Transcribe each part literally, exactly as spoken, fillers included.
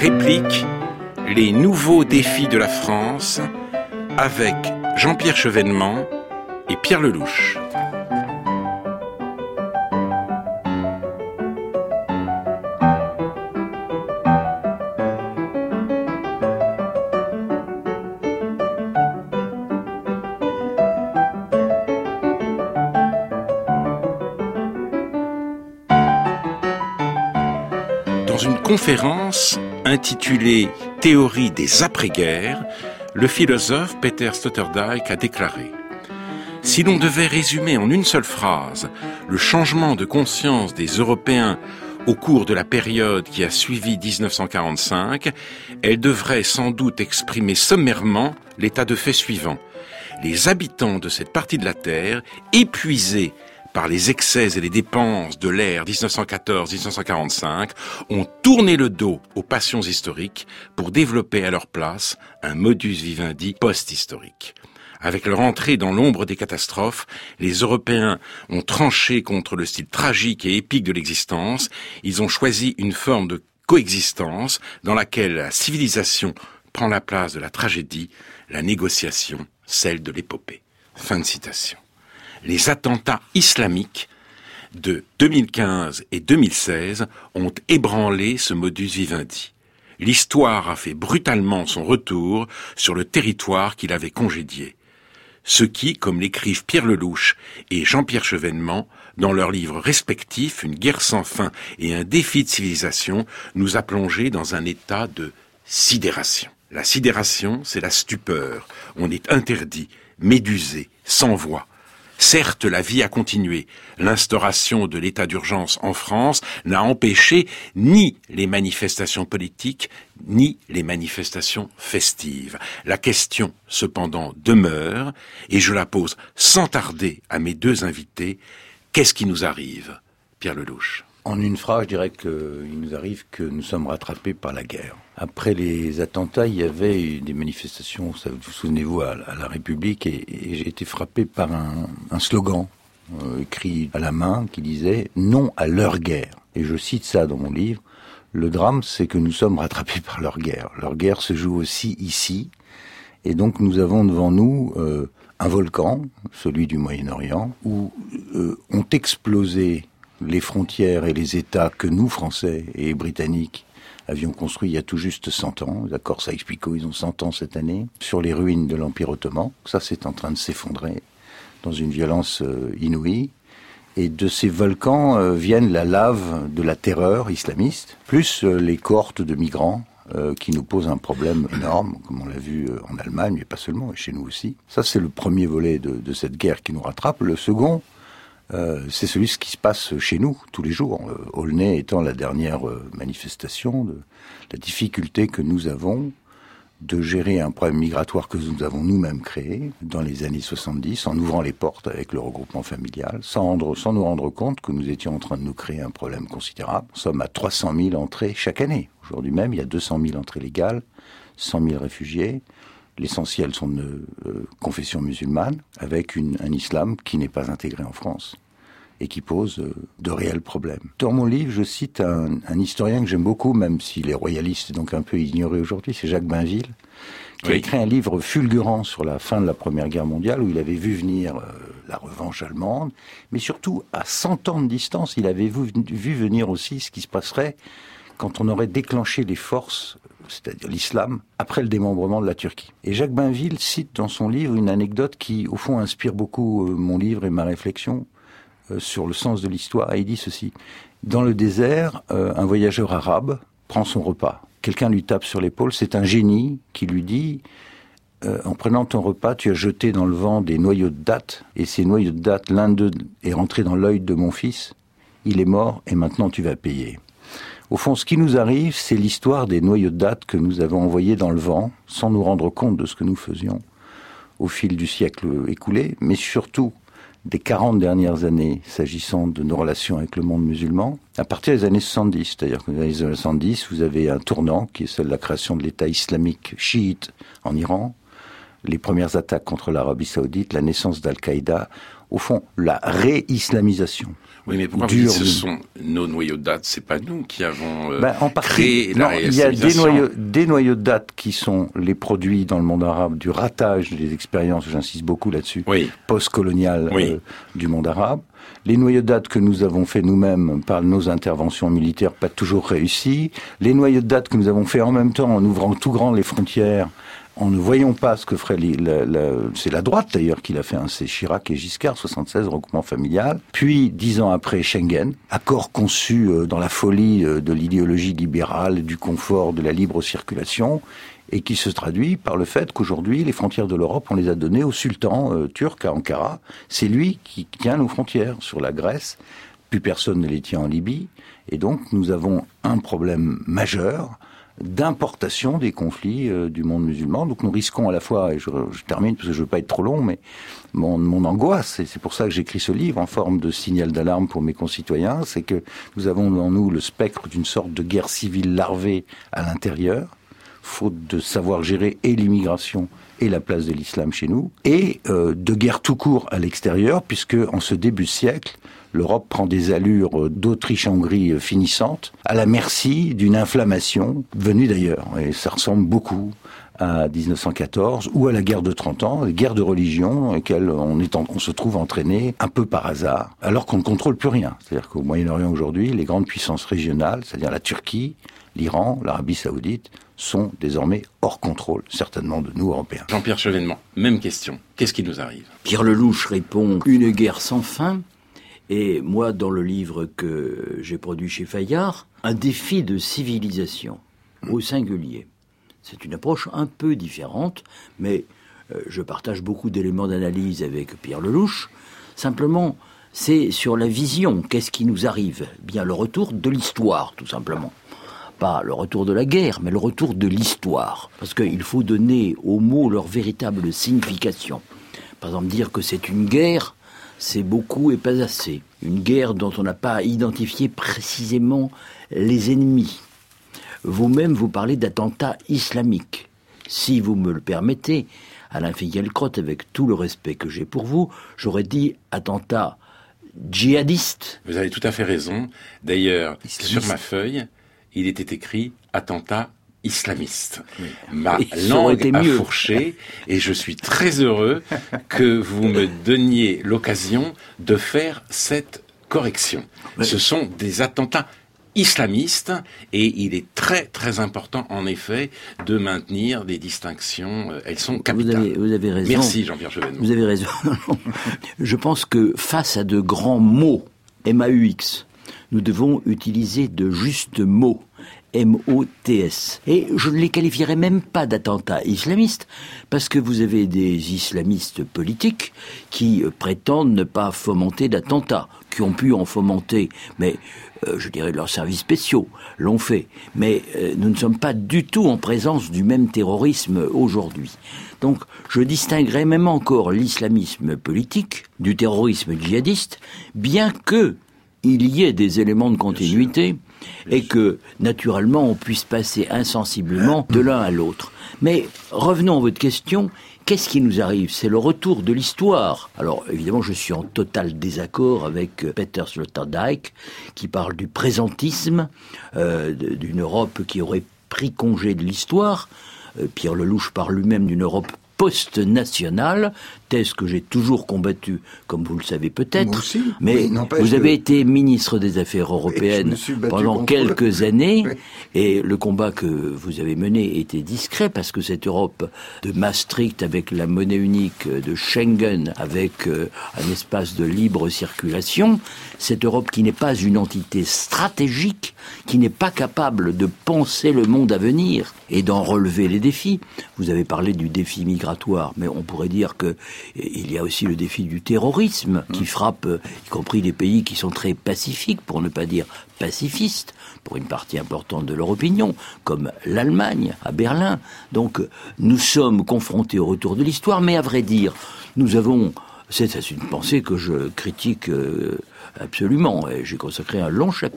Réplique, les nouveaux défis de la France avec Jean-Pierre Chevènement et Pierre Lelouch. Dans une conférence intitulée « Théorie des après-guerres », le philosophe Peter Sloterdijk a déclaré « Si l'on devait résumer en une seule phrase le changement de conscience des Européens au cours de la période qui a suivi dix-neuf cent quarante-cinq, elle devrait sans doute exprimer sommairement l'état de fait suivant. Les habitants de cette partie de la Terre, épuisés par les excès et les dépenses de l'ère dix-neuf cent quatorze à dix-neuf cent quarante-cinq, ont tourné le dos aux passions historiques pour développer à leur place un modus vivendi post-historique. Avec leur entrée dans l'ombre des catastrophes, les Européens ont tranché contre le style tragique et épique de l'existence. Ils ont choisi une forme de coexistence dans laquelle la civilisation prend la place de la tragédie, la négociation, celle de l'épopée. » Fin de citation. Les attentats islamiques de deux mille quinze et deux mille seize ont ébranlé ce modus vivendi. L'histoire a fait brutalement son retour sur le territoire qu'il avait congédié. Ce qui, comme l'écrivent Pierre Lelouch et Jean-Pierre Chevènement, dans leurs livres respectifs, Une guerre sans fin et Un défi de civilisation, nous a plongé dans un état de sidération. La sidération, c'est la stupeur. On est interdit, médusé, sans voix. Certes, la vie a continué. L'instauration de l'état d'urgence en France n'a empêché ni les manifestations politiques, ni les manifestations festives. La question, cependant, demeure, et je la pose sans tarder à mes deux invités. Qu'est-ce qui nous arrive, Pierre Lelouch ? En une phrase, je dirais qu'il nous arrive que nous sommes rattrapés par la guerre. Après les attentats, il y avait des manifestations, ça, vous souvenez-vous, à, à la République, et, et j'ai été frappé par un, un slogan euh, écrit à la main qui disait « Non à leur guerre ». Et je cite ça dans mon livre. Le drame, c'est que nous sommes rattrapés par leur guerre. Leur guerre se joue aussi ici, et donc nous avons devant nous euh, un volcan, celui du Moyen-Orient, où euh, ont explosé les frontières et les États que nous, Français et Britanniques, avions construits il y a tout juste cent ans. D'accord, ça explique qu'ils ont cent ans cette année. Sur les ruines de l'Empire ottoman. Ça, c'est en train de s'effondrer dans une violence euh, inouïe. Et de ces volcans euh, viennent la lave de la terreur islamiste, plus euh, les cohortes de migrants euh, qui nous posent un problème énorme, comme on l'a vu euh, en Allemagne, mais pas seulement, et chez nous aussi. Ça, c'est le premier volet de, de cette guerre qui nous rattrape. Le second, Euh, c'est celui ce qui se passe chez nous tous les jours. Euh, Aulnay étant la dernière euh, manifestation de la difficulté que nous avons de gérer un problème migratoire que nous avons nous-mêmes créé dans les années soixante-dix en ouvrant les portes avec le regroupement familial, sans, rendre, sans nous rendre compte que nous étions en train de nous créer un problème considérable. Nous sommes à trois cent mille entrées chaque année. Aujourd'hui même, il y a deux cent mille entrées légales, cent mille réfugiés. L'essentiel sont de euh, confession musulmane, avec une, un islam qui n'est pas intégré en France et qui pose euh, de réels problèmes. Dans mon livre, je cite un, un historien que j'aime beaucoup, même s'il est royaliste et donc un peu ignoré aujourd'hui, c'est Jacques Bainville, qui oui. a écrit un livre fulgurant sur la fin de la Première Guerre mondiale, où il avait vu venir euh, la revanche allemande, mais surtout, à cent ans de distance, il avait vu, vu venir aussi ce qui se passerait quand on aurait déclenché les forces, c'est-à-dire l'islam, après le démembrement de la Turquie. Et Jacques Bainville cite dans son livre une anecdote qui, au fond, inspire beaucoup euh, mon livre et ma réflexion euh, sur le sens de l'histoire. Et il dit ceci. Dans le désert, euh, un voyageur arabe prend son repas. Quelqu'un lui tape sur l'épaule. C'est un génie qui lui dit euh, « En prenant ton repas, tu as jeté dans le vent des noyaux de dattes. Et ces noyaux de dattes, l'un d'eux est rentré dans l'œil de mon fils. Il est mort et maintenant tu vas payer. » Au fond, ce qui nous arrive, c'est l'histoire des noyaux de dattes que nous avons envoyés dans le vent, sans nous rendre compte de ce que nous faisions au fil du siècle écoulé, mais surtout des quarante dernières années, s'agissant de nos relations avec le monde musulman, à partir des années soixante-dix. C'est-à-dire que dans les années soixante-dix, vous avez un tournant, qui est celle de la création de l'État islamique chiite en Iran, les premières attaques contre l'Arabie saoudite, la naissance d'Al-Qaïda. au fond, la ré-islamisation. Oui, mais pourquoi vous dites ce sont nos noyaux de date, c'est pas nous qui avons euh, ben, en partie, créé la non, il y a des noyaux, des noyaux de date qui sont les produits dans le monde arabe du ratage des expériences, j'insiste beaucoup là-dessus, oui. post-coloniales oui. euh, du monde arabe. Les noyaux de date que nous avons fait nous-mêmes par nos interventions militaires, pas toujours réussies. Les noyaux de date que nous avons fait en même temps en ouvrant tout grand les frontières, en ne voyant pas ce que ferait les, la, la, c'est la droite d'ailleurs qui l'a fait, hein, c'est Chirac et Giscard, soixante-seize, regroupement familial. Puis, dix ans après, Schengen, accord conçu euh, dans la folie euh, de l'idéologie libérale, du confort, de la libre circulation, et qui se traduit par le fait qu'aujourd'hui, les frontières de l'Europe, on les a données au sultan euh, turc à Ankara. C'est lui qui tient nos frontières sur la Grèce. Plus personne ne les tient en Libye. Et donc, nous avons un problème majeur d'importation des conflits euh, du monde musulman. Donc nous risquons à la fois, et je, je termine parce que je veux pas être trop long, mais mon, mon angoisse, et c'est pour ça que j'écris ce livre en forme de signal d'alarme pour mes concitoyens, c'est que nous avons devant nous le spectre d'une sorte de guerre civile larvée à l'intérieur, faute de savoir gérer et l'immigration et la place de l'islam chez nous, et euh, de guerre tout court à l'extérieur, puisque en ce début de siècle, l'Europe prend des allures d'Autriche-Hongrie finissantes, à la merci d'une inflammation venue d'ailleurs. Et ça ressemble beaucoup à dix-neuf cent quatorze ou à la guerre de trente ans, les guerres de religion, dans lesquelles on, est en, on se trouve entraîné un peu par hasard, alors qu'on ne contrôle plus rien. C'est-à-dire qu'au Moyen-Orient aujourd'hui, les grandes puissances régionales, c'est-à-dire la Turquie, l'Iran, l'Arabie Saoudite, sont désormais hors contrôle, certainement de nous, Européens. Jean-Pierre Chevènement, même question. Qu'est-ce qui nous arrive ? Pierre Lelouch répond « Une guerre sans fin ». Et moi, dans le livre que j'ai produit chez Fayard, un défi de civilisation au singulier. C'est une approche un peu différente, mais euh, je partage beaucoup d'éléments d'analyse avec Pierre Lelouch. Simplement, c'est sur la vision. Qu'est-ce qui nous arrive ? Bien, le retour de l'histoire, tout simplement. Pas le retour de la guerre, mais le retour de l'histoire. Parce qu'il faut donner aux mots leur véritable signification. Par exemple, dire que c'est une guerre, c'est beaucoup et pas assez. Une guerre dont on n'a pas identifié précisément les ennemis. Vous-même, vous parlez d'attentats islamiques. Si vous me le permettez, Alain Finkielkraut, avec tout le respect que j'ai pour vous, j'aurais dit attentat djihadiste. Vous avez tout à fait raison. D'ailleurs, islamiste. Sur ma feuille, il était écrit attentat islamiste. Oui. Ma langue a fourché et je suis très heureux que vous me donniez l'occasion de faire cette correction. Oui. Ce sont des attentats islamistes et il est très très important en effet de maintenir des distinctions. Elles sont capitales. Vous avez, vous avez raison. Merci Jean-Pierre Chevènement. Vous avez raison. Je pense que face à de grands mots, M A U X, nous devons utiliser de justes mots. M O T S. Et je ne les qualifierais même pas d'attentats islamistes, parce que vous avez des islamistes politiques qui prétendent ne pas fomenter d'attentats, qui ont pu en fomenter, mais euh, je dirais leurs services spéciaux l'ont fait. Mais euh, nous ne sommes pas du tout en présence du même terrorisme aujourd'hui. Donc je distinguerais même encore l'islamisme politique du terrorisme djihadiste, bien que il y ait des éléments de continuité et que, naturellement, on puisse passer insensiblement de l'un à l'autre. Mais revenons à votre question, qu'est-ce qui nous arrive ? C'est le retour de l'histoire. Alors, évidemment, je suis en total désaccord avec Peter Sloterdijk, qui parle du présentisme, euh, d'une Europe qui aurait pris congé de l'histoire. Euh, Pierre Lelouch parle lui-même d'une Europe post-nationale, thèse que j'ai toujours combattue, comme vous le savez peut-être. Moi aussi. Mais oui, vous avez que... été ministre des Affaires européennes pendant quelques le... années, oui. Et le combat que vous avez mené était discret, parce que cette Europe de Maastricht, avec la monnaie unique, de Schengen, avec euh, un espace de libre circulation, cette Europe qui n'est pas une entité stratégique, qui n'est pas capable de penser le monde à venir et d'en relever les défis. Vous avez parlé du défi migratoire, mais on pourrait dire que il y a aussi le défi du terrorisme qui frappe, y compris les pays qui sont très pacifiques, pour ne pas dire pacifistes, pour une partie importante de leur opinion, comme l'Allemagne, à Berlin. Donc, nous sommes confrontés au retour de l'histoire, mais à vrai dire, nous avons... C'est, c'est une pensée que je critique euh, absolument, et j'ai consacré un long chapitre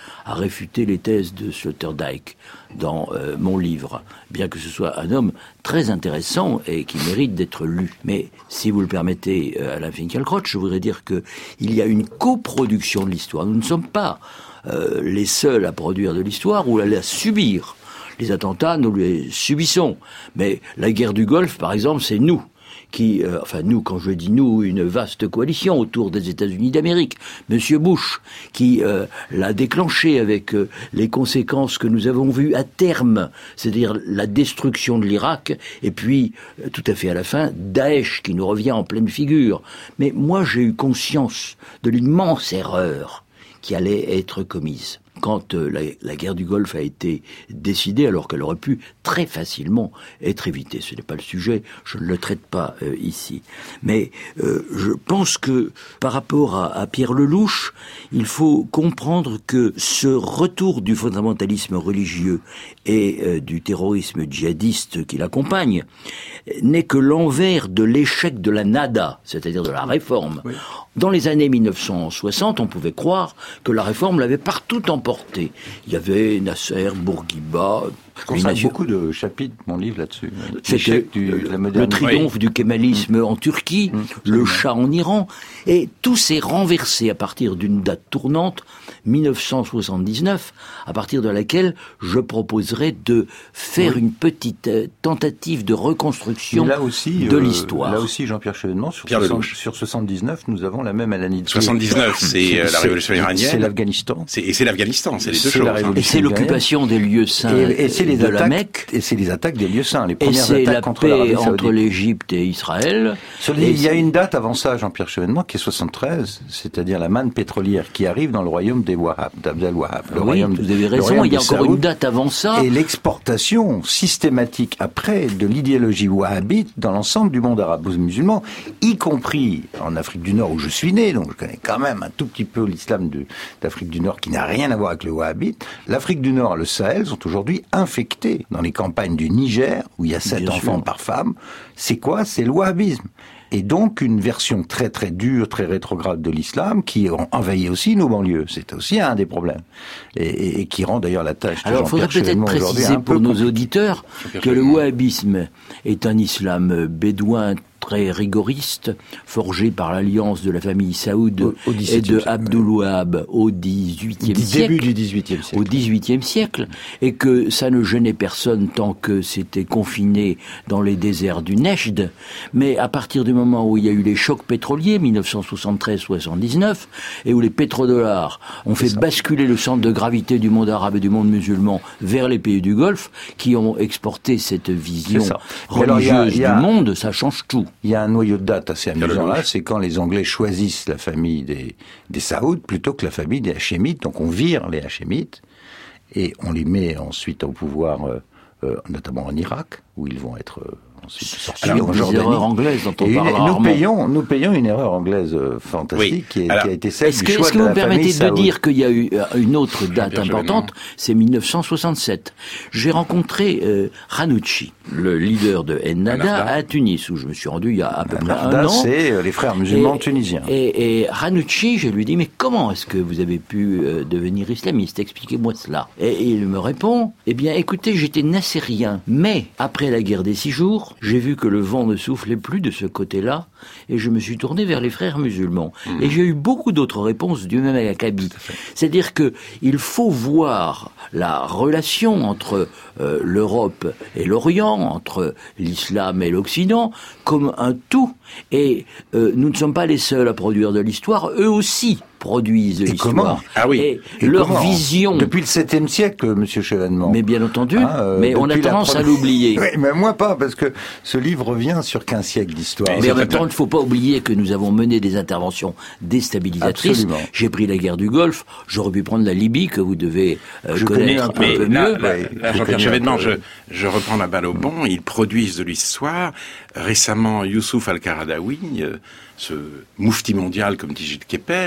à réfuter les thèses de Sloterdijk dans euh, mon livre, bien que ce soit un homme très intéressant et qui mérite d'être lu. Mais si vous le permettez, euh, Alain Finkielkraut, je voudrais dire que il y a une coproduction de l'histoire. Nous ne sommes pas euh, les seuls à produire de l'histoire ou à la subir. Les attentats, nous les subissons. Mais la guerre du Golfe, par exemple, c'est nous. Qui, euh, enfin nous, quand je dis nous, une vaste coalition autour des États-Unis d'Amérique. Monsieur Bush, qui euh, l'a déclenché avec euh, les conséquences que nous avons vues à terme, c'est-à-dire la destruction de l'Irak, et puis, euh, tout à fait à la fin, Daesh qui nous revient en pleine figure. Mais moi, j'ai eu conscience de l'immense erreur qui allait être commise. Quand euh, la, la guerre du Golfe a été décidée, alors qu'elle aurait pu très facilement être évitée. Ce n'est pas le sujet, je ne le traite pas euh, ici. Mais euh, je pense que par rapport à, à Pierre Lelouch, il faut comprendre que ce retour du fondamentalisme religieux et euh, du terrorisme djihadiste qui l'accompagne n'est que l'envers de l'échec de la nada, c'est-à-dire de la réforme. Oui. Dans les années mille neuf cent soixante, on pouvait croire que la réforme l'avait partout emporté. Il y avait Nasser, Bourguiba... Je consacre beaucoup de chapitres, mon livre là-dessus. C'était du, la le triomphe oui. du kémalisme mmh. en Turquie, mmh, le Shah en Iran, et tout s'est renversé à partir d'une date tournante, mille neuf cent soixante-dix-neuf, à partir de laquelle je proposerai de faire oui. une petite euh, tentative de reconstruction là aussi, de euh, l'histoire. Là aussi, Jean-Pierre Chevènement, sur, soixante, sur soixante-dix-neuf, nous avons la même année. soixante-dix-neuf, c'est euh, la révolution iranienne. C'est l'Afghanistan. C'est, et c'est l'Afghanistan, c'est les deux choses. Et c'est l'occupation des lieux saints. Et, et c'est les de attaques, la Mecque. Et c'est les attaques des lieux saints, les premières et c'est attaques la contre l'Arabie saoudite. Entre l'Égypte et Israël. Sur les, et il y a une date avant ça, Jean-Pierre Chevènement, qui est soixante-treize, c'est-à-dire la manne pétrolière qui arrive dans le royaume des Wahhab, d'Abdel Wahhab. Le oui, royaume, vous avez raison, il y a encore Saoud, une date avant ça. Et l'exportation systématique après de l'idéologie wahhabite dans l'ensemble du monde arabe musulman, y compris en Afrique du Nord où je suis né, donc je connais quand même un tout petit peu l'islam de, d'Afrique du Nord qui n'a rien à voir avec le wahhabite. L'Afrique du Nord et le Sahel sont aujourd'hui infectés dans les campagnes du Niger, où il y a sept enfants sûr. par femme. C'est quoi? C'est le wahhabisme. Et donc une version très très dure, très rétrograde de l'islam qui envahit aussi nos banlieues. C'est aussi un des problèmes. Et, et, et qui rend d'ailleurs la tâche de Alors, Jean-Pierre Chevènement aujourd'hui un peu... Alors il faudrait peut-être préciser pour nos auditeurs que le wahhabisme est un islam bédouin très rigoriste, forgé par l'alliance de la famille Saoud au, au et de Abdul Wahab au dix-huitième siècle. Début du dix-huitième siècle. Au dix-huitième siècle. Et que ça ne gênait personne tant que c'était confiné dans les déserts du Nejd. Mais à partir du moment où il y a eu les chocs pétroliers, mille neuf cent soixante-treize soixante-dix-neuf, et où les pétrodollars ont fait basculer le centre de gravité du monde arabe et du monde musulman vers les pays du Golfe, qui ont exporté cette vision religieuse alors, y a, y a... du monde, ça change tout. Il y a un noyau de date assez amusant là, c'est quand les Anglais choisissent la famille des, des Saouds plutôt que la famille des Hachémites. Donc on vire les Hachémites et on les met ensuite au pouvoir, euh, euh, notamment en Irak, où ils vont être... Euh, ensuite sortis Alors, en Jordanie. Des erreurs anglaises dont on et parle une, nous payons, nous payons une erreur anglaise euh, fantastique oui. qui, est, Alors, qui a été celle est-ce du que, choix est-ce que de vous la me permettez famille de dire qu'il y a eu une autre date importante, c'est mille neuf cent soixante-sept. J'ai rencontré euh, Ranucci, le leader de Ennahda, à Tunis, où je me suis rendu il y a à peu près un an. C'est les frères musulmans et, tunisiens. Et, et Ranucci, je lui dis, mais comment est-ce que vous avez pu euh, devenir islamiste? Expliquez-moi cela. Et, et il me répond, eh bien, écoutez, j'étais nassérien, mais après la guerre des six jours, j'ai vu que le vent ne soufflait plus de ce côté-là, et je me suis tourné vers les frères musulmans. Mmh. Et j'ai eu beaucoup d'autres réponses du même acabit. C'est-à-dire que il faut voir la relation entre euh, l'Europe et l'Orient, entre l'islam et l'Occident, comme un tout. Et euh, nous ne sommes pas les seuls à produire de l'histoire, eux aussi produisent et l'histoire. Comment ah oui. Et, et leur comment vision... Depuis le septième siècle, Monsieur Chevènement. Mais bien entendu, ah, euh, mais on a tendance première... à l'oublier. Oui, mais moi pas, parce que ce livre revient sur quinze siècles d'histoire. Mais, mais en même temps, il ne faut pas oublier que nous avons mené des interventions déstabilisatrices. Absolument. J'ai pris la guerre du Golfe, j'aurais pu prendre la Libye, que vous devez euh, connaître un, un peu là, mieux. Là, là, Jean-Pierre Chevènement, je, je reprends ma balle au bond, ils produisent de l'histoire. Récemment, Youssouf Al-Qaradawi, euh, ce moufti mondial, comme dit Gilles Kepel, dont les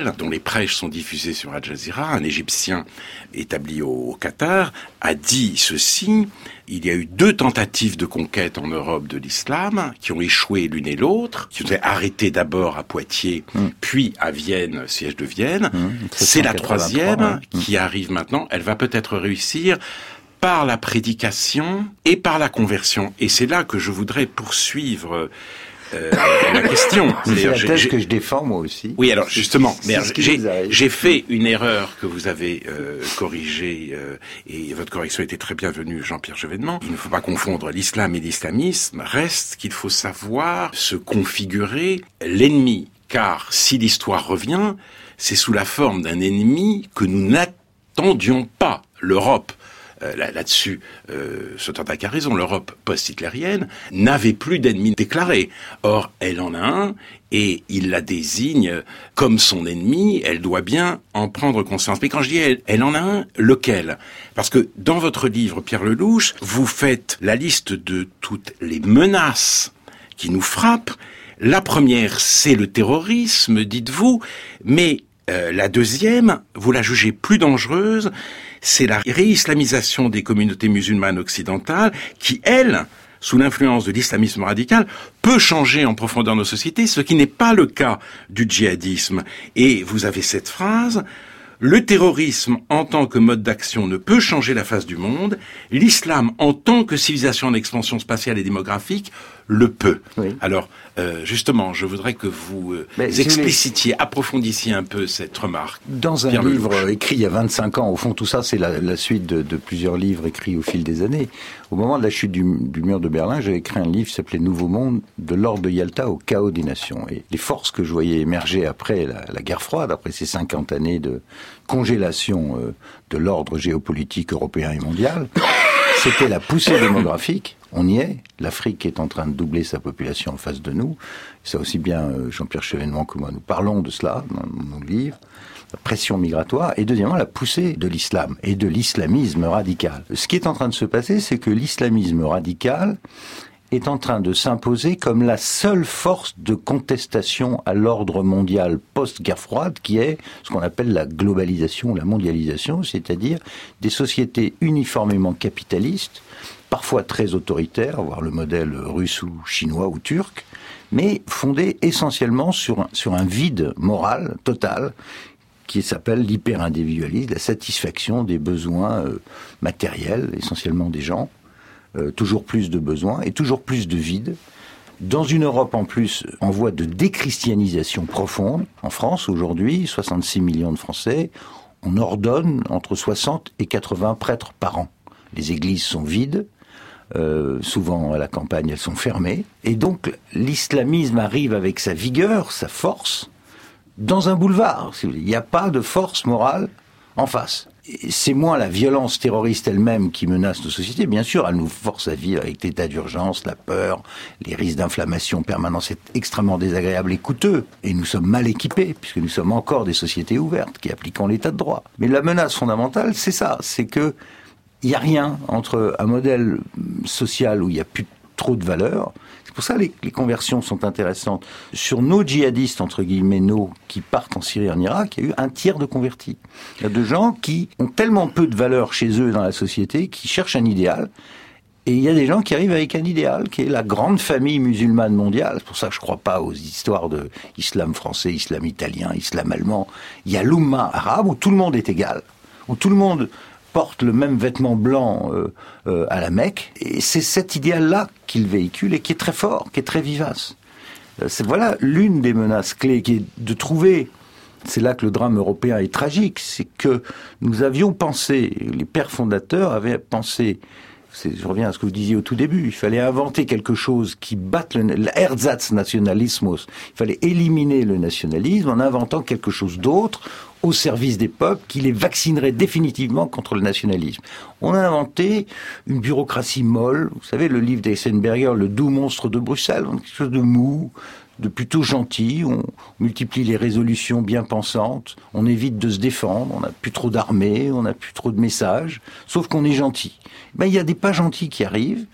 prêches sont diffusés sur Al Jazeera, un Égyptien établi au, au Qatar a dit ceci: il y a eu deux tentatives de conquête en Europe de l'islam qui ont échoué l'une et l'autre, qui ont été arrêtées d'abord à Poitiers, mmh. puis à Vienne, siège de Vienne. Mmh, C'est la troisième ouais. qui arrive maintenant. Elle va peut-être réussir par la prédication et par la conversion. Et c'est là que je voudrais poursuivre euh, la question. C'est la thèse j'ai... que je défends moi aussi. Oui, alors justement, mais alors, j'ai, j'ai fait une erreur que vous avez euh, corrigée euh, et votre correction était très bienvenue, Jean-Pierre Chevènement. Il ne faut pas confondre l'islam et l'islamisme. Reste qu'il faut savoir se configurer l'ennemi. Car si l'histoire revient, c'est sous la forme d'un ennemi que nous n'attendions pas. L'Europe, euh, là, là-dessus, euh, Sloterdijk a raison, l'Europe post-hitlérienne n'avait plus d'ennemis déclarés. Or, elle en a un, et il la désigne comme son ennemi, elle doit bien en prendre conscience. Mais quand je dis elle, elle en a un, lequel ? Parce que dans votre livre, Pierre Lelouch, vous faites la liste de toutes les menaces qui nous frappent. La première, c'est le terrorisme, dites-vous, mais euh, la deuxième, vous la jugez plus dangereuse, c'est la réislamisation des communautés musulmanes occidentales qui, elle, sous l'influence de l'islamisme radical, peut changer en profondeur nos sociétés, ce qui n'est pas le cas du djihadisme. Et vous avez cette phrase: le terrorisme en tant que mode d'action ne peut changer la face du monde, l'islam en tant que civilisation en expansion spatiale et démographique le peut. Oui. Alors, euh, justement, je voudrais que vous euh, explicitiez, les... approfondissiez un peu cette remarque. Dans un Pierre livre Lelouch. écrit il y a vingt-cinq ans, au fond, tout ça, c'est la, la suite de, de plusieurs livres écrits au fil des années. Au moment de la chute du, du mur de Berlin, j'avais écrit un livre qui s'appelait Nouveau Monde, de l'ordre de Yalta au chaos des nations. Et les forces que je voyais émerger après la, la guerre froide, après ces cinquante années de congélation euh, de l'ordre géopolitique européen et mondial, c'était la poussée démographique. On y est. L'Afrique est en train de doubler sa population en face de nous. Ça aussi bien euh, Jean-Pierre Chevènement que moi, nous parlons de cela dans nos livres. La pression migratoire. Et deuxièmement, la poussée de l'islam et de l'islamisme radical. Ce qui est en train de se passer, c'est que l'islamisme radical est en train de s'imposer comme la seule force de contestation à l'ordre mondial post-guerre froide, qui est ce qu'on appelle la globalisation, la mondialisation, c'est-à-dire des sociétés uniformément capitalistes, parfois très autoritaires, voire le modèle russe ou chinois ou turc, mais fondées essentiellement sur un, sur un vide moral total qui s'appelle l'hyper-individualisme, la satisfaction des besoins euh, matériels, essentiellement des gens, euh, toujours plus de besoins et toujours plus de vide. Dans une Europe en plus en voie de déchristianisation profonde, en France aujourd'hui, soixante-six millions de Français, on ordonne entre soixante et quatre-vingts prêtres par an. Les églises sont vides, euh, souvent à la campagne elles sont fermées, et donc l'islamisme arrive avec sa vigueur, sa force, dans un boulevard. Il n'y a pas de force morale en face. Et c'est moins la violence terroriste elle-même qui menace nos sociétés. Bien sûr, elle nous force à vivre avec l'état d'urgence, la peur, les risques d'inflammation permanents. C'est extrêmement désagréable et coûteux. Et nous sommes mal équipés, puisque nous sommes encore des sociétés ouvertes qui appliquons l'état de droit. Mais la menace fondamentale, c'est ça. C'est que il n'y a rien entre un modèle social où il n'y a plus trop de valeur. C'est pour ça que les, les conversions sont intéressantes. Sur nos djihadistes, entre guillemets, nos, qui partent en Syrie et en Irak, il y a eu un tiers de convertis. Il y a de gens qui ont tellement peu de valeur chez eux dans la société, qui cherchent un idéal. Et il y a des gens qui arrivent avec un idéal, qui est la grande famille musulmane mondiale. C'est pour ça que je ne crois pas aux histoires de islam français, islam italien, islam allemand. Il y a l'Oumma arabe où tout le monde est égal, où tout le monde porte le même vêtement blanc euh, euh, à la Mecque, et c'est cet idéal-là qu'il véhicule et qui est très fort, qui est très vivace. Euh, c'est voilà l'une des menaces clés, qui est de trouver, c'est là que le drame européen est tragique, c'est que nous avions pensé, les pères fondateurs avaient pensé, c'est, je reviens à ce que vous disiez au tout début, il fallait inventer quelque chose qui batte le l'Ersatznationalismus, il fallait éliminer le nationalisme en inventant quelque chose d'autre, au service des peuples, qui les vaccinerait définitivement contre le nationalisme. On a inventé une bureaucratie molle. Vous savez, le livre d'Eisenberger, Le doux monstre de Bruxelles, quelque chose de mou, de plutôt gentil. On multiplie les résolutions bien pensantes. On évite de se défendre. On n'a plus trop d'armées. On n'a plus trop de messages. Sauf qu'on est gentil. Ben, il y a des pas gentils qui arrivent,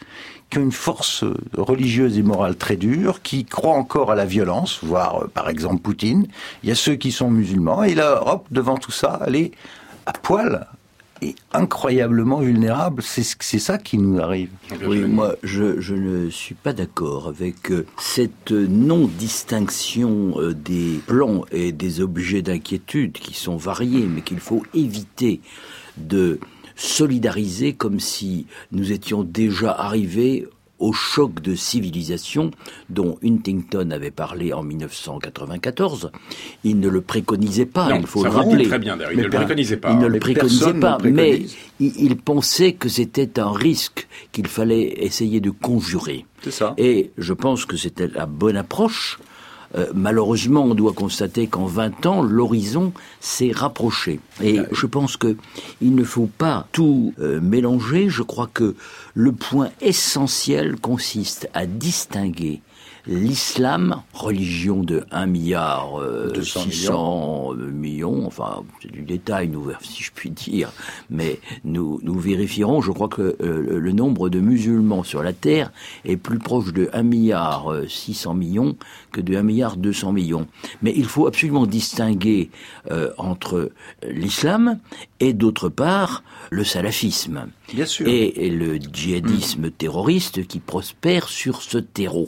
qui ont une force religieuse et morale très dure, qui croient encore à la violence, voire par exemple Poutine. Il y a ceux qui sont musulmans, et l'Europe, devant tout ça, elle est à poil et incroyablement vulnérable. C'est, c'est ça qui nous arrive. Oui, moi, je, je ne suis pas d'accord avec euh, cette non-distinction euh, des plans et des objets d'inquiétude qui sont variés, mais qu'il faut éviter de solidariser comme si nous étions déjà arrivés au choc de civilisation dont Huntington avait parlé en dix-neuf cent quatre-vingt-quatorze. Il ne le préconisait pas, non, il faut ça le rappeler. Très bien, il ne le préconisait pas. Il ne le mais préconisait pas, ne le mais il, il pensait que c'était un risque qu'il fallait essayer de conjurer. C'est ça. Et je pense que c'était la bonne approche. Euh, malheureusement, on doit constater qu'en vingt ans, l'horizon s'est rapproché. Et je pense que il ne faut pas tout euh, mélanger. Je crois que le point essentiel consiste à distinguer l'islam, religion de un milliard six cents millions, enfin c'est du détail, nous, si je puis dire, mais nous, nous vérifierons. Je crois que euh, le nombre de musulmans sur la Terre est plus proche de un milliard six cents millions que de un milliard deux cents millions. Mais il faut absolument distinguer euh, entre l'islam et d'autre part le salafisme. Bien sûr. Et, et le djihadisme mmh. terroriste qui prospère sur ce terreau.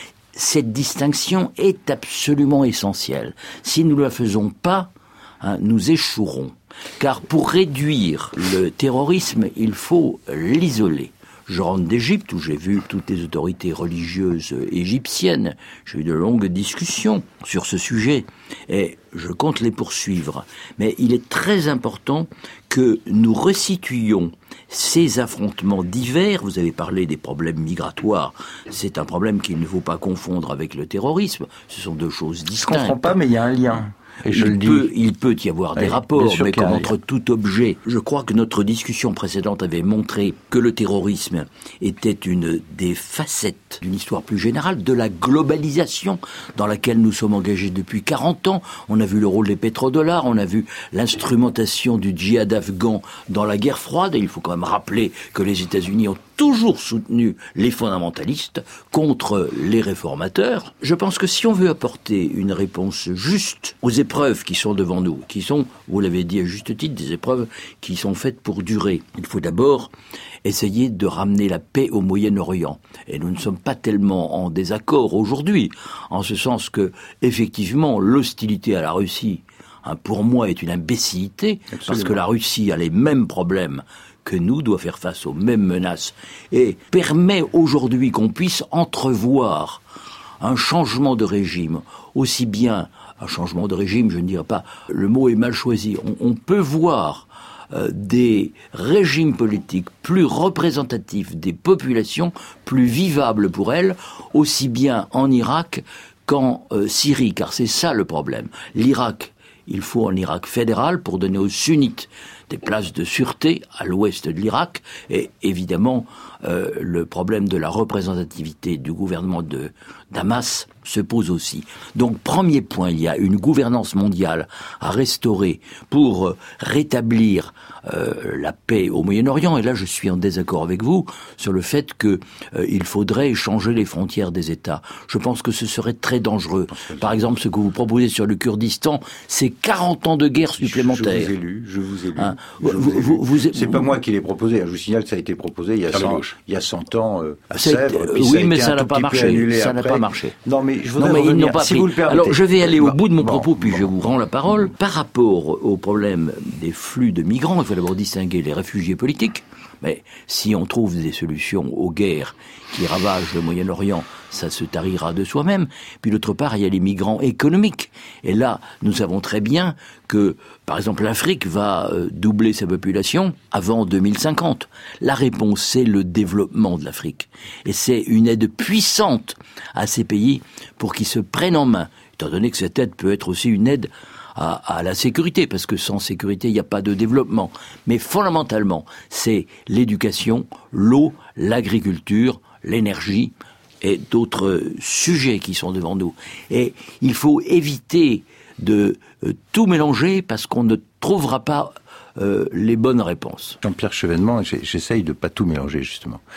Cette distinction est absolument essentielle. Si nous ne la faisons pas, hein, nous échouerons. Car pour réduire le terrorisme, il faut l'isoler. Je rentre d'Égypte, où j'ai vu toutes les autorités religieuses égyptiennes. J'ai eu de longues discussions sur ce sujet, et je compte les poursuivre. Mais il est très important que nous resituions ces affrontements divers. Vous avez parlé des problèmes migratoires. C'est un problème qu'il ne faut pas confondre avec le terrorisme. Ce sont deux choses distinctes. Je ne comprends pas, mais il y a un lien. Et je il, le dis. peut, il peut y avoir oui, des rapports, mais comme arrive. entre tout objet. Je crois que notre discussion précédente avait montré que le terrorisme était une des facettes d'une histoire plus générale de la globalisation dans laquelle nous sommes engagés depuis quarante ans. On a vu le rôle des pétrodollars, on a vu l'instrumentation du djihad afghan dans la guerre froide. Et il faut quand même rappeler que les États-Unis ont toujours soutenu les fondamentalistes contre les réformateurs. Je pense que si on veut apporter une réponse juste aux épreuves qui sont devant nous, qui sont, vous l'avez dit à juste titre, des épreuves qui sont faites pour durer, il faut d'abord essayer de ramener la paix au Moyen-Orient. Et nous ne sommes pas tellement en désaccord aujourd'hui, en ce sens que, effectivement, l'hostilité à la Russie, hein, pour moi, est une imbécilité, Absolument. Parce que la Russie a les mêmes problèmes que nous, doit faire face aux mêmes menaces, et permet aujourd'hui qu'on puisse entrevoir un changement de régime, aussi bien un changement de régime, je ne dirais pas, le mot est mal choisi, on, on peut voir euh, des régimes politiques plus représentatifs des populations, plus vivables pour elles, aussi bien en Irak qu'en euh, Syrie, car c'est ça le problème. L'Irak, il faut un Irak fédéral pour donner aux sunnites des places de sûreté à l'ouest de l'Irak, et évidemment euh, le problème de la représentativité du gouvernement de Damas se pose aussi. Donc premier point, il y a une gouvernance mondiale à restaurer pour euh, rétablir euh, la paix au Moyen-Orient, et là je suis en désaccord avec vous sur le fait que euh, il faudrait changer les frontières des États. Je pense que ce serait très dangereux. Par exemple, ce que vous proposez sur le Kurdistan, c'est quarante ans de guerre supplémentaire. Je vous ai lu, je vous ai lu. Hein, je vous, vous, vous, vous, c'est vous, pas moi qui l'ai proposé, je vous signale que ça a été proposé il y a cent, il y a cent ans euh, à Sèvres. Puis oui, ça mais ça n'a pas marché. Ça n'a pas marché. Non, mais je voudrais non, mais revenir, ils n'ont pas si pris. vous le permettez. Alors, je vais aller au bon, bout de mon bon, propos, puis bon. je vous rends la parole. Par rapport au problème des flux de migrants, il faut d'abord distinguer les réfugiés politiques. Mais si on trouve des solutions aux guerres qui ravagent le Moyen-Orient, ça se tarira de soi-même. Puis d'autre part, il y a les migrants économiques. Et là, nous savons très bien que, par exemple, l'Afrique va euh, doubler sa population avant deux mille cinquante. La réponse, c'est le développement de l'Afrique. Et c'est une aide puissante à ces pays pour qu'ils se prennent en main, étant donné que cette aide peut être aussi une aide À, à la sécurité, parce que sans sécurité, il n'y a pas de développement. Mais fondamentalement, c'est l'éducation, l'eau, l'agriculture, l'énergie et d'autres sujets qui sont devant nous. Et il faut éviter de euh, tout mélanger parce qu'on ne trouvera pas euh, les bonnes réponses. Jean-Pierre Chevènement, j'essaye de ne pas tout mélanger, justement.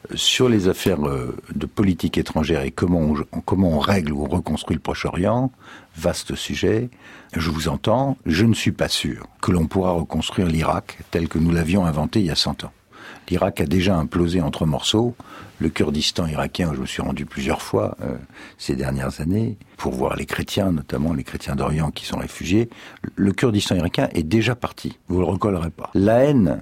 sur les affaires de politique étrangère et comment on, comment on règle ou on reconstruit le Proche-Orient, vaste sujet, je vous entends, je ne suis pas sûr que l'on pourra reconstruire l'Irak tel que nous l'avions inventé il y a cent ans. L'Irak a déjà implosé en trois morceaux. Le Kurdistan irakien, où je me suis rendu plusieurs fois euh, ces dernières années, pour voir les chrétiens, notamment les chrétiens d'Orient qui sont réfugiés, le Kurdistan irakien est déjà parti. Vous ne le recollerez pas. La haine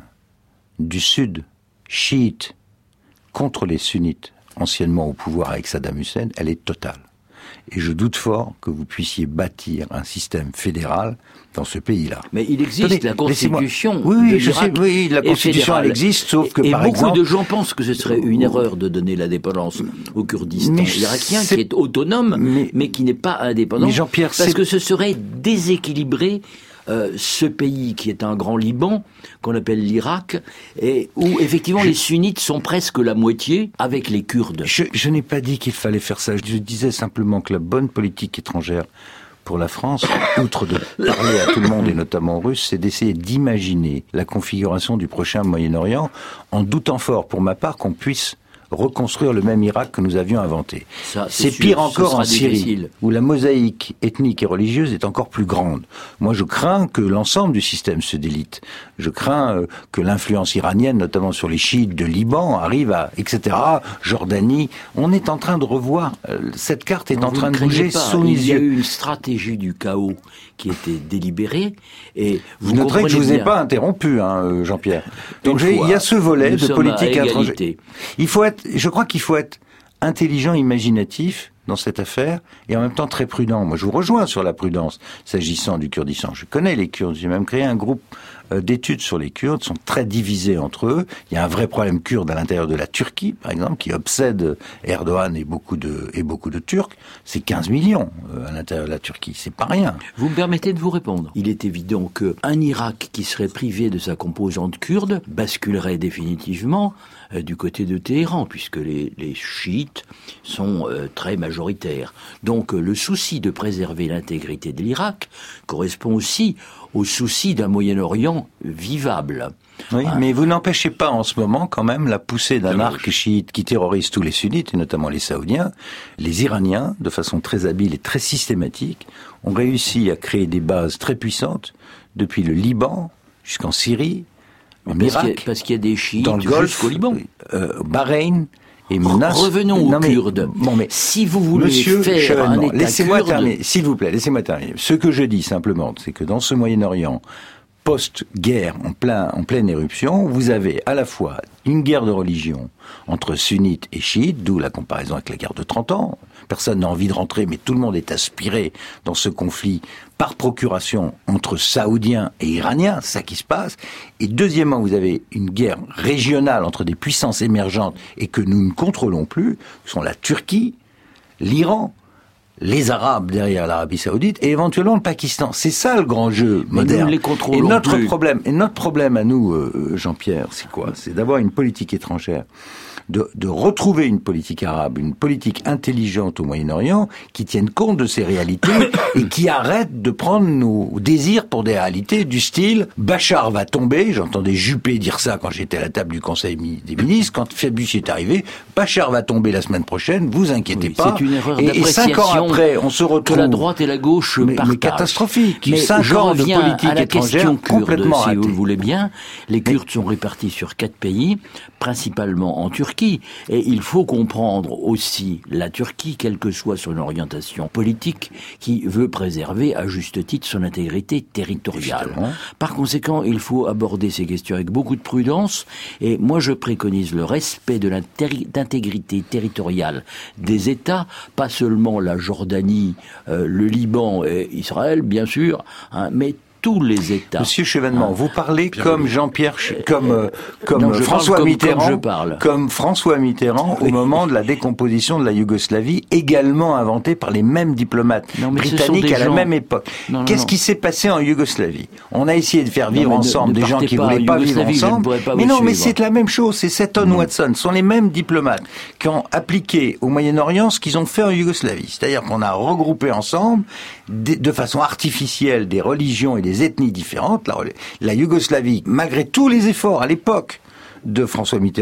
du Sud, chiite, contre les sunnites, anciennement au pouvoir avec Saddam Hussein, elle est totale. Et je doute fort que vous puissiez bâtir un système fédéral dans ce pays-là. Mais il existe Attendez, la Constitution. Oui, oui, de je sais, oui, la Constitution, elle existe, sauf que et par beaucoup exemple... de gens pensent que ce serait une erreur de donner l'indépendance au Kurdistan mais irakien, qui est autonome, mais, mais qui n'est pas indépendant. Mais Jean-Pierre, parce c'est... que ce serait déséquilibrer Euh, ce pays qui est un grand Liban, qu'on appelle l'Irak, et où effectivement je... les sunnites sont presque la moitié avec les Kurdes. Je, je n'ai pas dit qu'il fallait faire ça, je disais simplement que la bonne politique étrangère pour la France, outre de parler à tout le monde et notamment aux Russes, c'est d'essayer d'imaginer la configuration du prochain Moyen-Orient en doutant fort, pour ma part, qu'on puisse reconstruire le même Irak que nous avions inventé. Ça, c'est, c'est pire sûr, encore en Syrie, difficile. Où la mosaïque ethnique et religieuse est encore plus grande. Moi, je crains que l'ensemble du système se délite. Je crains euh, que l'influence iranienne, notamment sur les chiites de Liban, arrive à, et cetera, Jordanie. On est en train de revoir, euh, cette carte est non, en train de bouger pas. sous les yeux. Il y a eu une stratégie du chaos qui était délibérée, et vous, vous noterez que je vous ai bien. pas interrompu, hein, Jean-Pierre. Donc fois, il y a ce volet de politique étrangère. Il faut être, je crois qu'il faut être intelligent, imaginatif dans cette affaire, et en même temps très prudent. Moi, je vous rejoins sur la prudence s'agissant du Kurdistan. Je connais les Kurdes, j'ai même créé un groupe euh, d'études sur les Kurdes, ils sont très divisés entre eux. Il y a un vrai problème kurde à l'intérieur de la Turquie, par exemple, qui obsède Erdogan et beaucoup de, et beaucoup de Turcs. C'est quinze millions euh, à l'intérieur de la Turquie, c'est pas rien. Vous me permettez de vous répondre. Il est évident qu'un Irak qui serait privé de sa composante kurde basculerait définitivement euh, du côté de Téhéran, puisque les, les chiites sont euh, très majoritaires. Donc euh, le souci de préserver l'intégrité de l'Irak correspond aussi au souci d'un Moyen-Orient vivable. Oui, ah. mais vous n'empêchez pas en ce moment quand même la poussée d'un arc chiite qui terrorise tous les sunnites, et notamment les saoudiens. Les Iraniens, de façon très habile et très systématique, ont réussi à créer des bases très puissantes depuis le Liban jusqu'en Syrie, en parce Irak, qu'il y a, parce qu'il y a des chiites dans le Golfe, jusqu'au Liban. Euh, Bahreïn. Et menace... Revenons non, aux mais, Kurdes. Bon, mais si vous voulez Monsieur faire un État laissez-moi kurde... terminer, s'il vous plaît, laissez-moi terminer. Ce que je dis simplement, c'est que dans ce Moyen-Orient, post-guerre, en, plein, en pleine éruption, vous avez à la fois une guerre de religion entre sunnites et chiites, d'où la comparaison avec la guerre de trente ans. Personne n'a envie de rentrer, mais tout le monde est aspiré dans ce conflit par procuration entre Saoudiens et Iraniens, c'est ça qui se passe. Et deuxièmement, vous avez une guerre régionale entre des puissances émergentes et que nous ne contrôlons plus, qui sont la Turquie, l'Iran, les Arabes derrière l'Arabie Saoudite et éventuellement le Pakistan. C'est ça le grand jeu mais moderne. Nous ne les contrôlons et notre plus. problème, et notre problème à nous, euh, Jean-Pierre, c'est quoi ? C'est d'avoir une politique étrangère, de, de retrouver une politique arabe, une politique intelligente au Moyen-Orient qui tienne compte de ces réalités et qui arrête de prendre nos désirs pour des réalités du style Bachar va tomber. J'entendais Juppé dire ça quand j'étais à la table du Conseil des ministres. Quand Fabius est arrivé, Bachar va tomber la semaine prochaine. Vous inquiétez oui, pas. C'est une erreur et, d'appréciation. Et cinq ans après, on se retrouve que la droite et la gauche mais, partagent. Mais catastrophique. Mais cinq je ans de reviens politique à la étrangère question kurde, complètement si ratée. vous le voulez bien. Les Kurdes mais... sont répartis sur quatre pays, principalement en Turquie. Et il faut comprendre aussi la Turquie, quelle que soit son orientation politique, qui veut préserver à juste titre son intégrité territoriale. Justement. Par conséquent, il faut aborder ces questions avec beaucoup de prudence. Et moi, je préconise le respect de l'intégrité territoriale des États, pas seulement la Jordanie, euh, le Liban et Israël, bien sûr, hein, mais tous les États. Monsieur Chevènement, hein. vous parlez Pierre comme oui. Jean-Pierre, comme euh, comme non, François comme, Mitterrand, comme, je parle. comme François Mitterrand oui. au moment de la décomposition de la Yougoslavie, également inventé par les mêmes diplomates non, britanniques à la gens... même époque. Non, non, Qu'est-ce non. qui s'est passé en Yougoslavie ? On a essayé de faire vivre non, ensemble ne, ne des gens qui voulaient pas vivre ensemble. Pas mais non, suivre. mais c'est la même chose. C'est Seton mmh. Watson. Ce sont les mêmes diplomates qui ont appliqué au Moyen-Orient ce qu'ils ont fait en Yougoslavie. C'est-à-dire qu'on a regroupé ensemble de façon artificielle des religions et des ethnies différentes. La, la Yougoslavie, malgré tous les efforts à l'époque de François Mitterrand